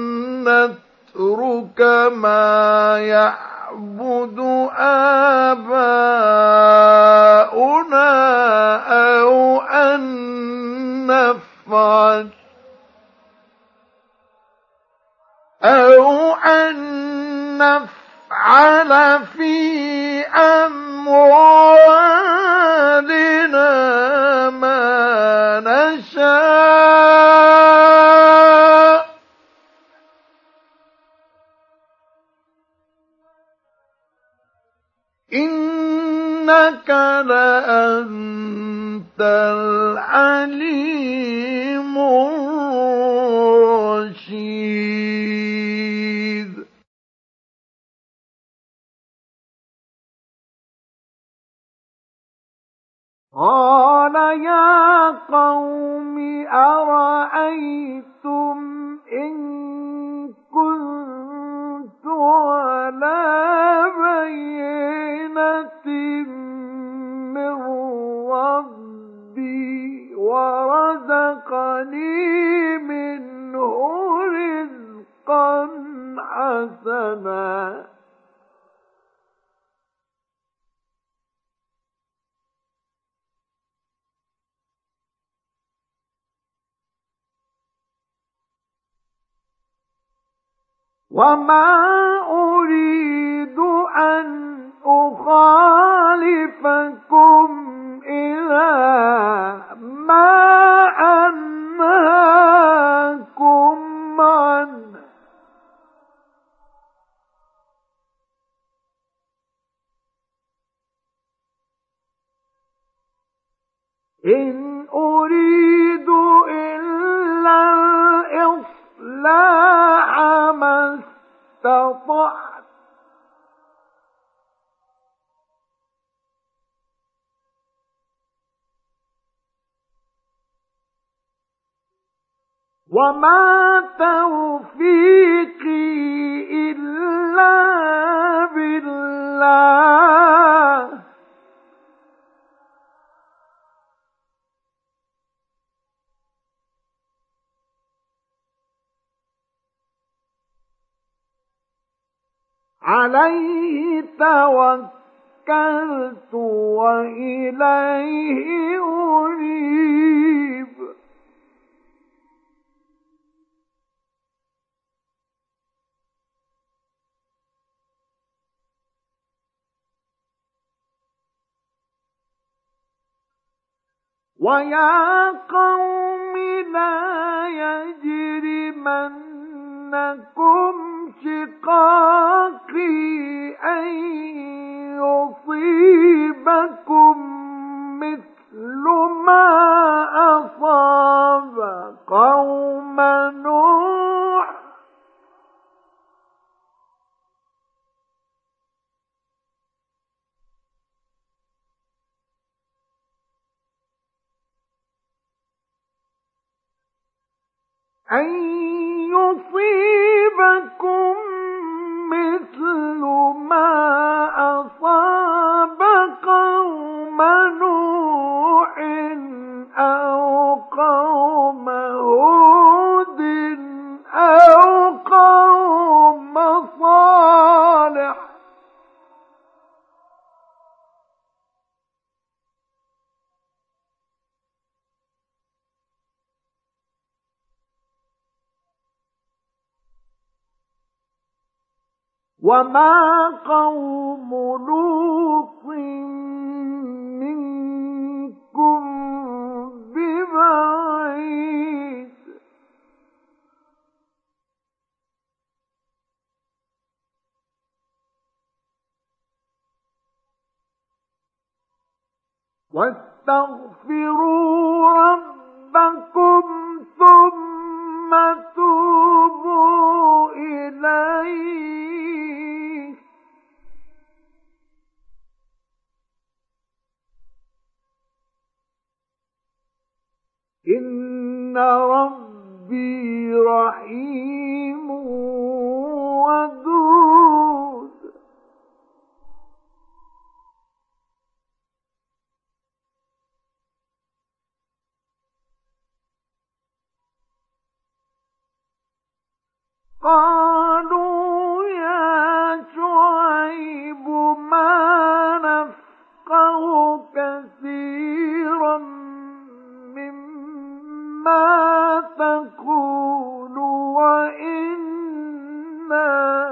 نترك ما يعبد آباؤنا أو أن نفعل في أموالنا ما نشاء إنك لأنت العليم الرشيد قال يا قوم أرأيتم إن كنت على بينة من ربي ورزقني منه رزقا حسنا وما أريد أن أخالفكم إلى ما أنهاكم عنه إن أريد إلا الإصلاح ما استطعت وما توفيقي إلا بالله عليه توكلت وإليه أنيب ويا قوم لا يجرمنكم شقاقي أن يصيبكم مثل ما أصاب قوم نوح أن يصيبكم مثل ما أصاب قوم نوح أو قوم هود أو قوم صالح وما قوم لوط منكم ببعيد واستغفروا ربكم ثم توبوا إليه إن ربي رحيم ودود قالوا يا شعيب ما نفقه كثيرا مما تقول وإنا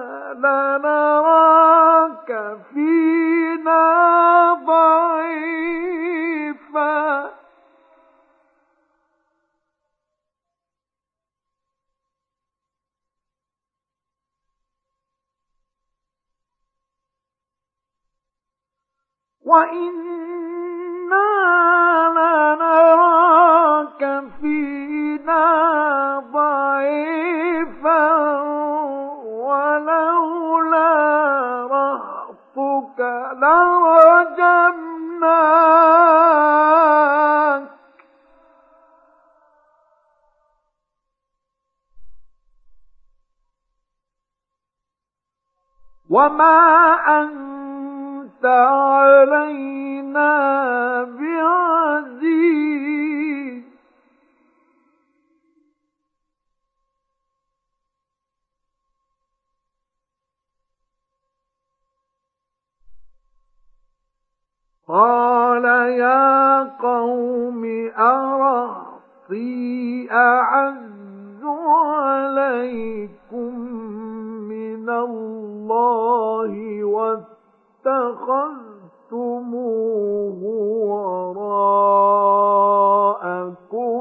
لنراك فينا ضعيفا وَإِنَّا لَنَرَاكَ فِينَا ضَعِيفًا وَلَوْلَا رَهْطُكَ لَرَجَمْنَاكَ وَمَا أَنتَ عَلَيْنَا بِعَزِيزٍ قَالَ يَا قَوْمِ أَرَهْطِي أَعَزُّ عَلَيْكُم مِّنَ اللَّهِ واتخذتموه وراءكم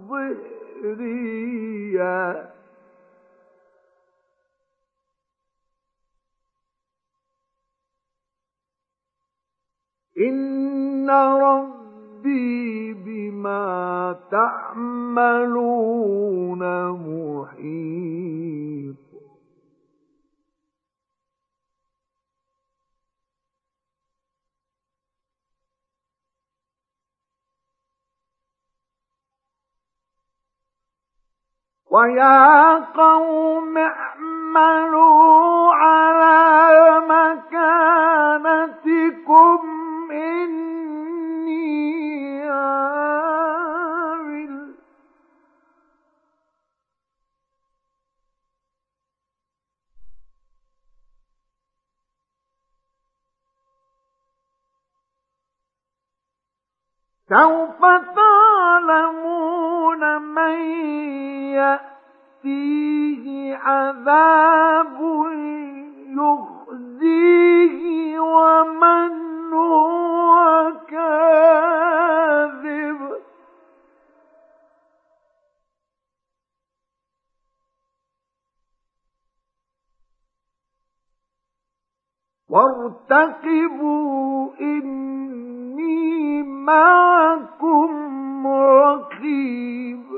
ظهريا إن ربي بما تعملون محيط وَيَا قَوْمِ اعْمَلُوا عَلَى مَكَانَتِكُمْ إِنِّي عَامِلٌ سَوْفَ تَعْلَمُونَ مَن يَأْتِيهِ عَذَابٌ يُخْزِيهِ وَمَنْ هُوَ كَاذِبٌ وَارْتَقِبُوا إِنِّي مَعَكُمْ رَقِيبٌ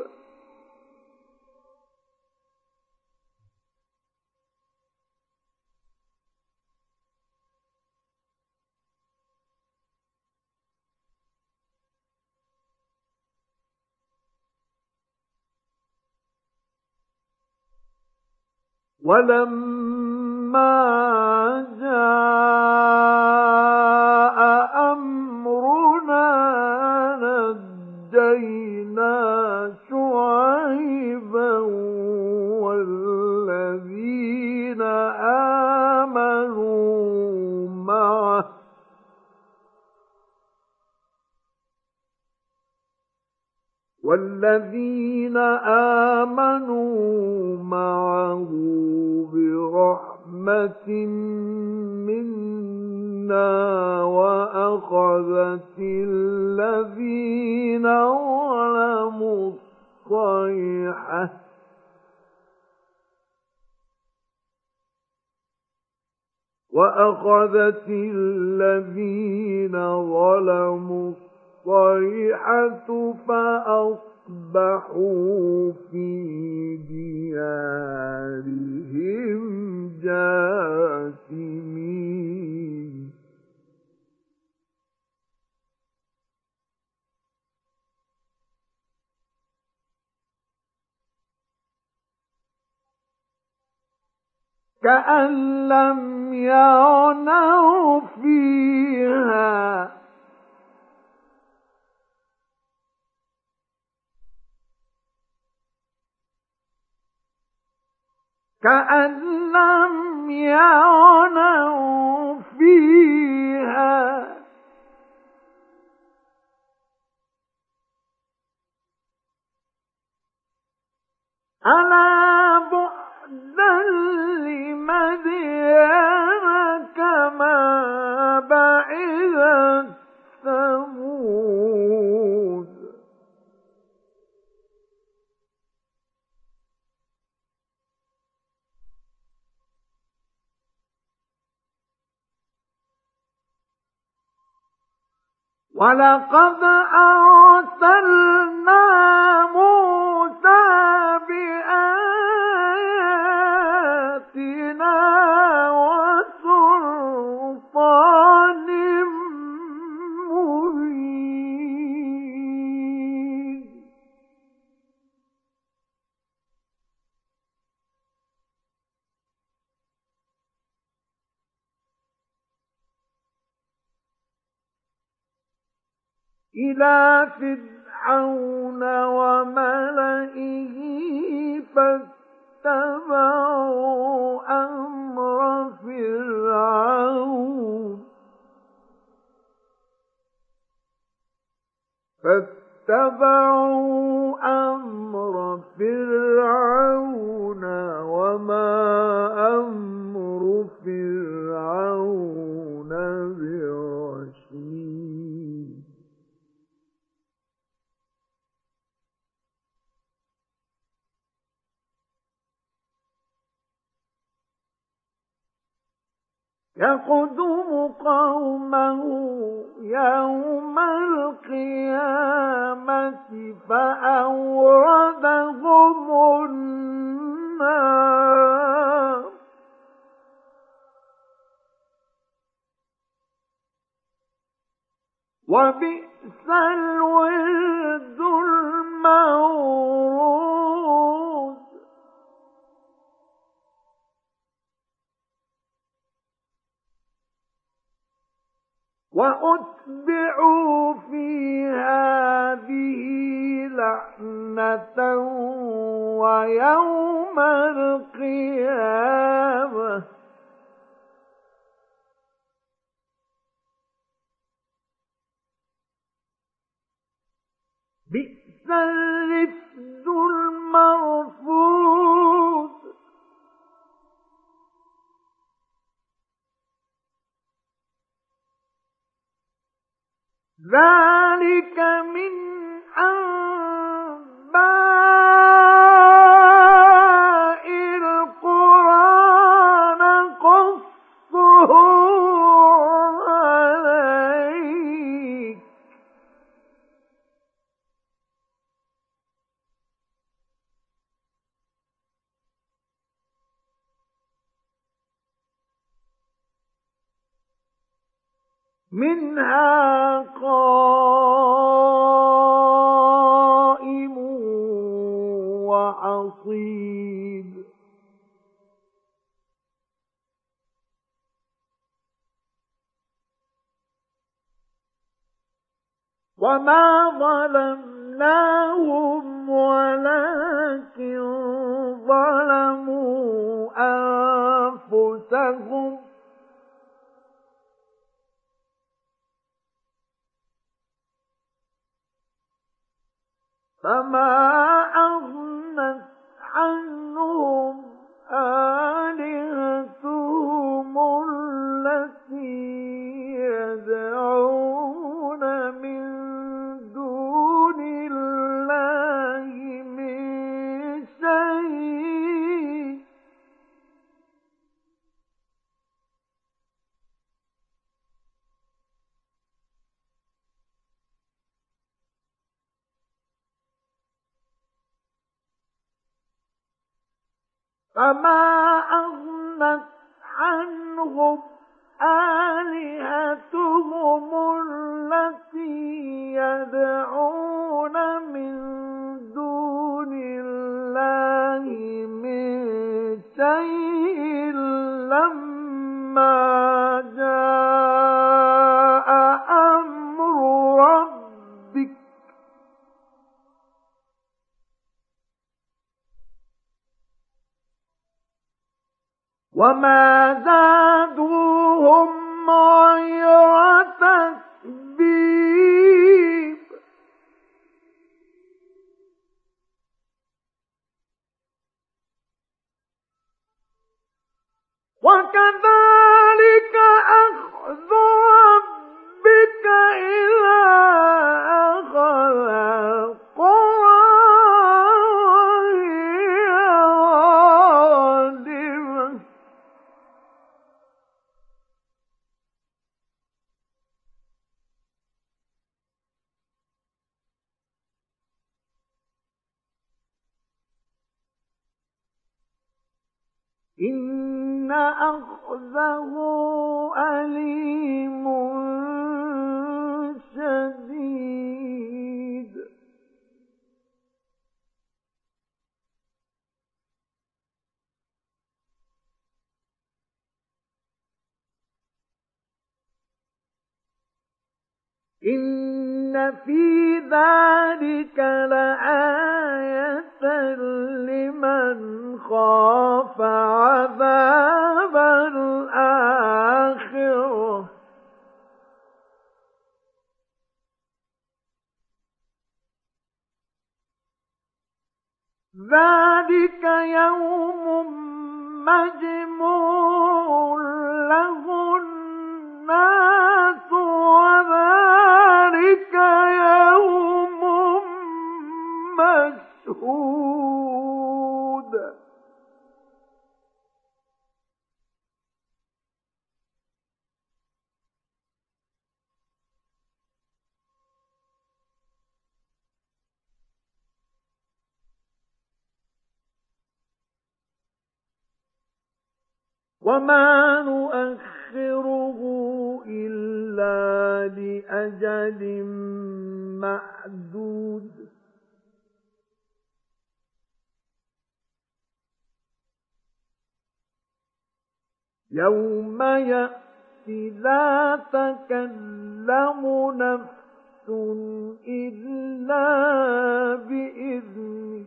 وَلَمَّا جَاءَ أَمْرُنَا نَجَّيْنَا شُعَيْبًا وَالَّذِينَ آمَنُوا مَعَهُ بِرَحْمَةٍ مِّنَّا وَأَخَذَتِ الَّذِينَ ظَلَمُوا الصيحة فأصبحوا في ديارهم جاثمين كأن لم يغنوا فيها كأن لم يغنوا فيها ألا بعدا لمدين كما بعدت ثمود ولقد أرسلنا موسى بآياتنا وسلطان مبين إلى فرعون وملئه فاتبعوا أمر فرعون وما أمر فرعون برشيد يقدم قومه يوم القيامة فأوردهم النار وبئس الورد المورود وأتبعوا في هذه لعنة ويوم القيامة بئس الرفد المرفود ذلك من أنباء القرى نقصه عليك منها قائم وحصيد وما ظلمناهم ولكن ظلموا أنفسهم فما أغنت عنهم آلهتهم التي يدعون من دون الله من شيء فما أغنت عنهم آلهتهم التي يدعون من دون الله من شيء لما جاء أمر ربك وما زادوهم غير تتبيب وكذلك أخذ ربك إذا أخذ القرى وهي ظالمة إن أخذه أليم شديد إن في ذلك لآية لمن خاف عذاب الآخرة ذلك يوم مجموع له الناس وذلك يوم مشهود وما نؤخره إلا لأجل معدود يوم يأتي لا تكلم نفس إلا بإذنه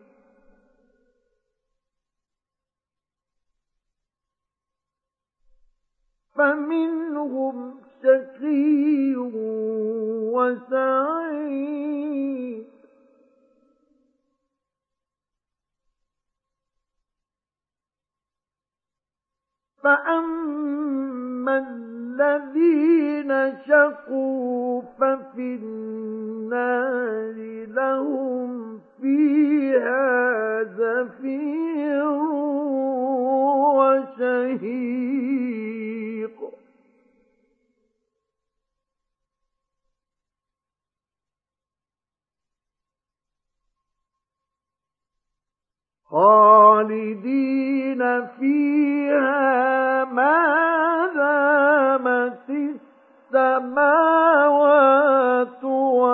فمنهم شقي وسعيد فأما الذين شقوا ففي النار لهم فيها زفير وشهيق خالدين فيها ما دامت السماوات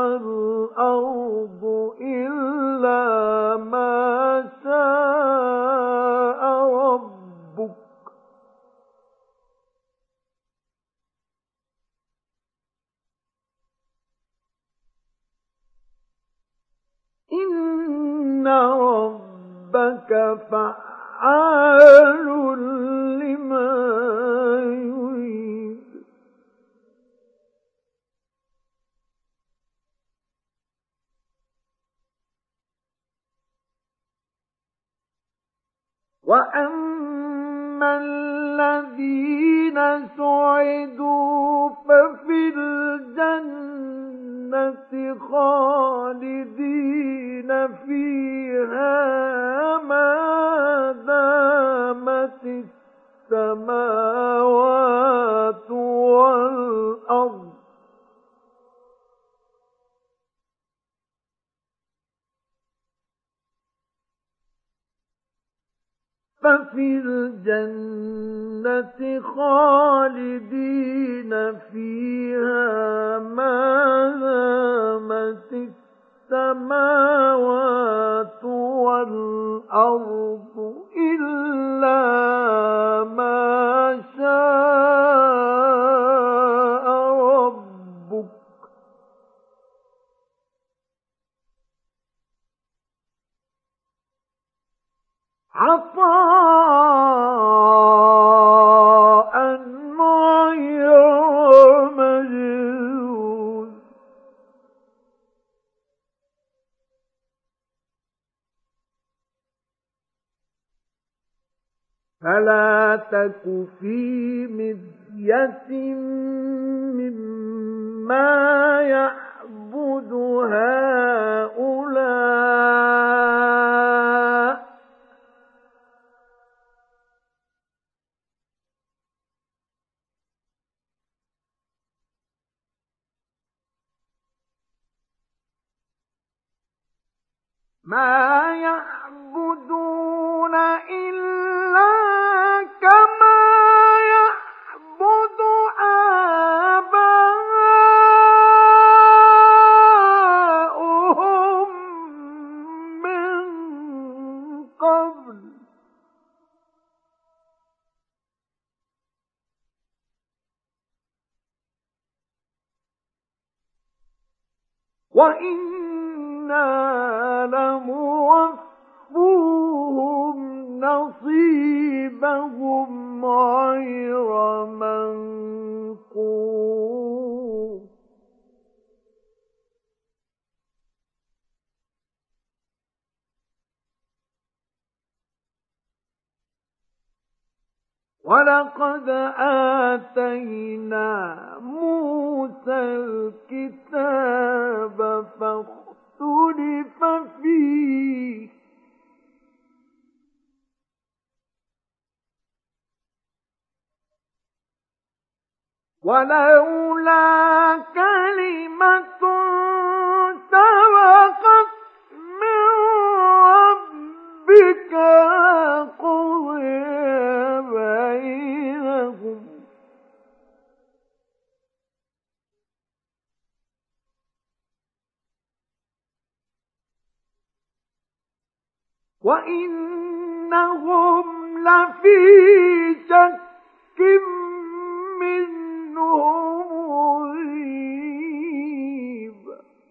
والأرض إلا ما شاء ربك إن ربك فعال لما يريد وأما الذين سعدوا ففي الجنة خالدين فيها ما دامت السماوات والأرض ففي الجنة خالدين فيها ما دامت السماوات والأرض إلا ما شاء ربك عطاء غير مجذوذ فلا تك في مرية مما يعبد هؤلاء ما يعبدون إلا كما يعبد آباؤهم من قبل وإنا لموفوهم نصيبهم غير منقوص ولقد آتينا موسى الكتاب فاختلف فيه ولولا كلمة سبقت من ربك لقضي بينهم وإنهم لفي شك منه مريب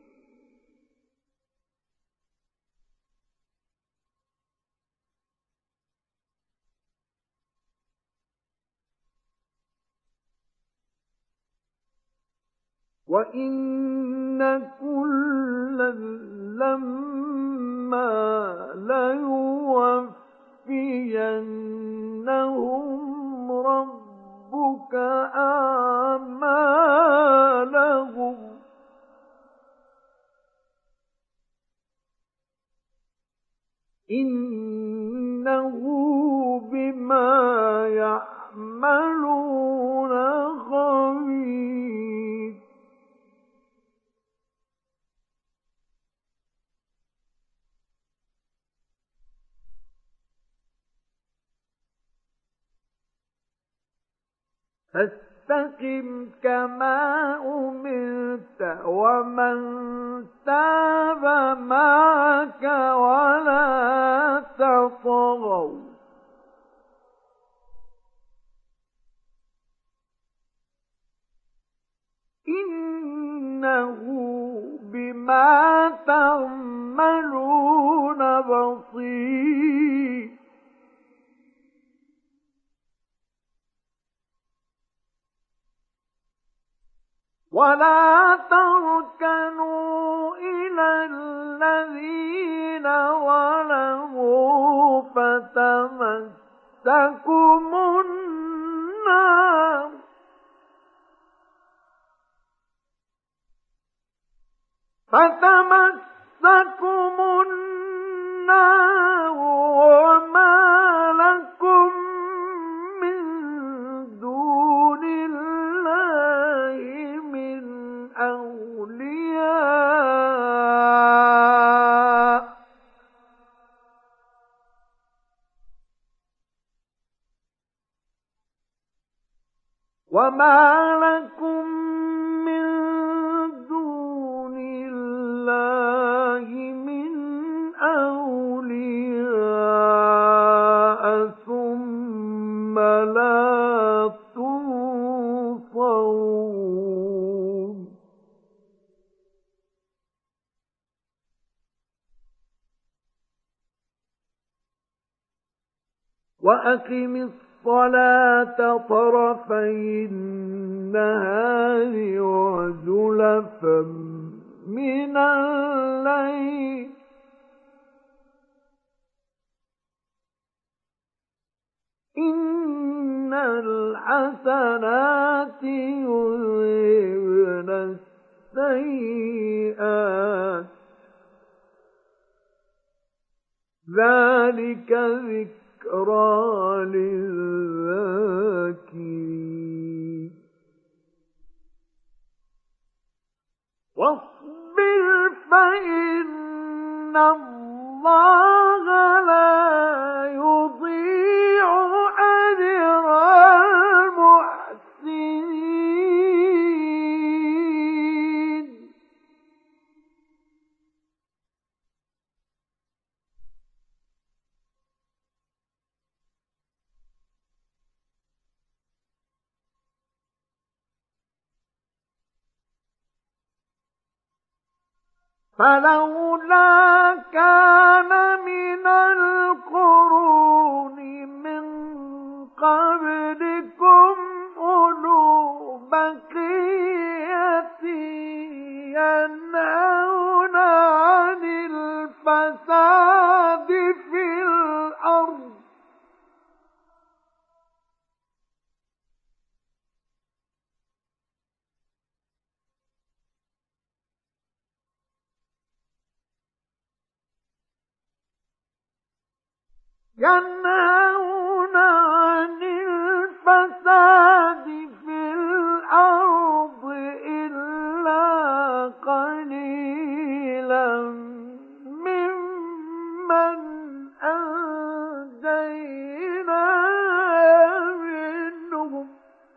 وإن كلا لما ليوفينهم ربك أعمالهم إنه بما يعملون خبير فاستقم كما أمرت ومن تاب معك ولا تطغوا إنه بما تعملون بصير ولا تركنوا إلى الذين ظلموا فتمسكم النار وما لكم من دون الله من أولياء وما لكم من دون الله من أولياء ثم لا تنصرون وأقم الصلاة طرفي النهار وزلفا من الليل إن الحسنات يذهبن السيئات ذلك ذكرى للذاكرين واصبر فإن الله لا يضيع أجر المحسنين فلولا كان من القرون من قبلكم أولو بقية ينهون عن الفساد في الأرض ينهون عن الفساد في الأرض إلا قليلا ممن أنجينا منهم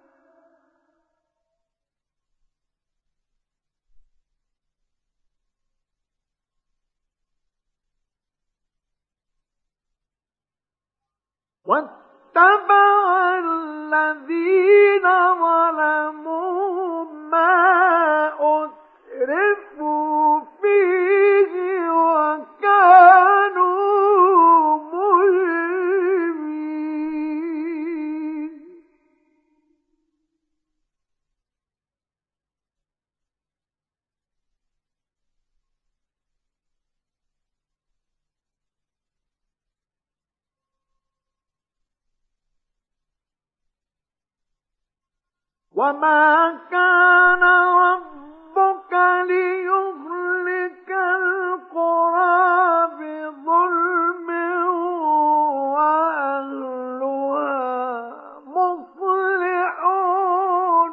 واتبع الذين ظلموا ما أترفوا فيه وكانوا مجرمين وما كان ربك ليهلك القرى بظلم وأهلها مصلحون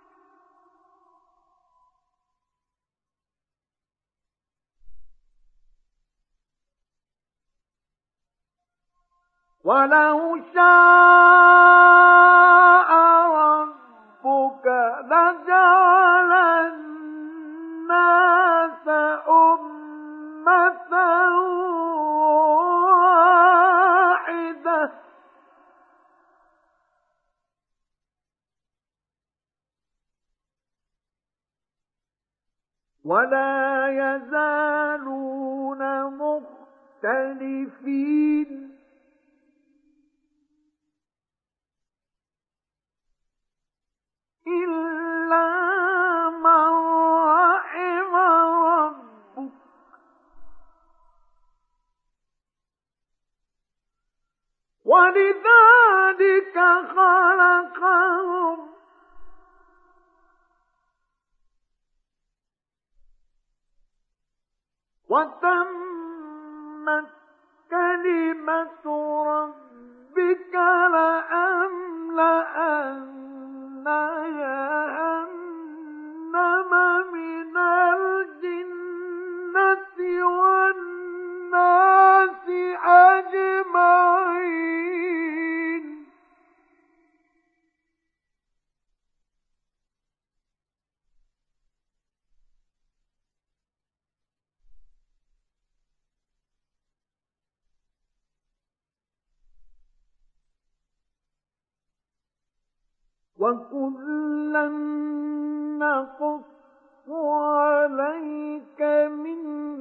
ولو شاء ربك لجعل الناس أمة واحدة ولا يزالون مختلفين إلا من رحم ربك ولذلك خلقهم وتمت كلمة ربك لأملأن جهنم من الجنة والناس أجمعين وَكُلًّا نَّقُصُّ عَلَيْكَ مِنْ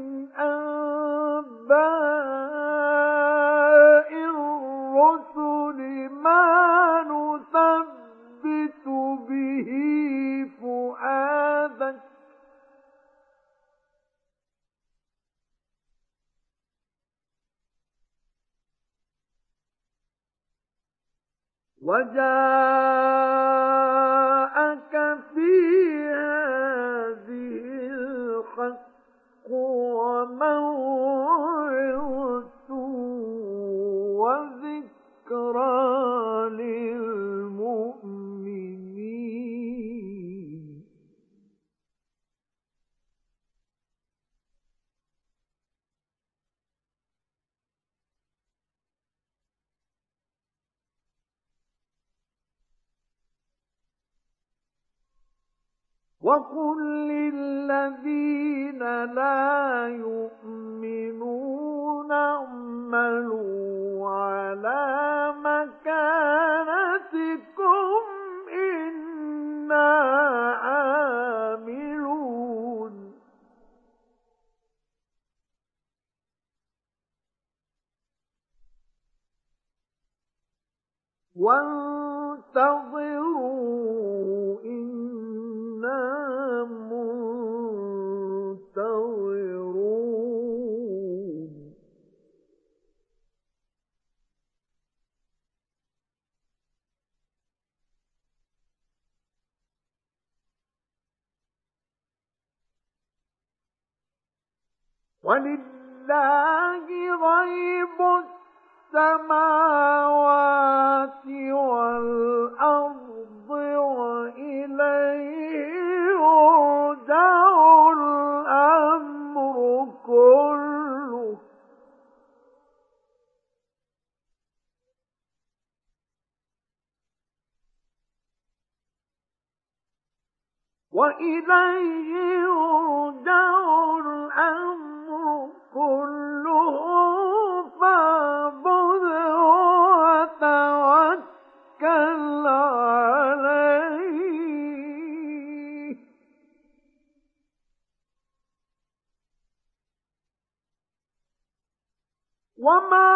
أَنبَاءِ الرُّسُلِ مَا نُثَبِّتُ بِهِ فُؤَادَكَ وَجَاءَكَ فِي هَٰذِهِ الْحَقُّ وَمَوْعِظَةٌ وَذِكْرَىٰ لِلْمُؤْمِنِينَ وَقُل لِّلَّذِينَ لَا يُؤْمِنُونَ اعْمَلُوا عَلَىٰ مَكَانَتِكُمْ إِنَّا عَامِلُونَ وَانتَظِرُوا إِنَّا مُنتَظِرُونَ وَلِلَّهِ غَيْبُ السَّمَاوَاتِ وَالْأَرْضِ وَإِلَيْهِ يُرْجَعُ الْأَمْرُ كُلُّهُ وَإِلَيْهِ يُرْجَعُ الْأَمْرُ كُلُّهُ فَاعْبُدْهُ وَتَوَكَّلْ عَلَيْهِ وَمَا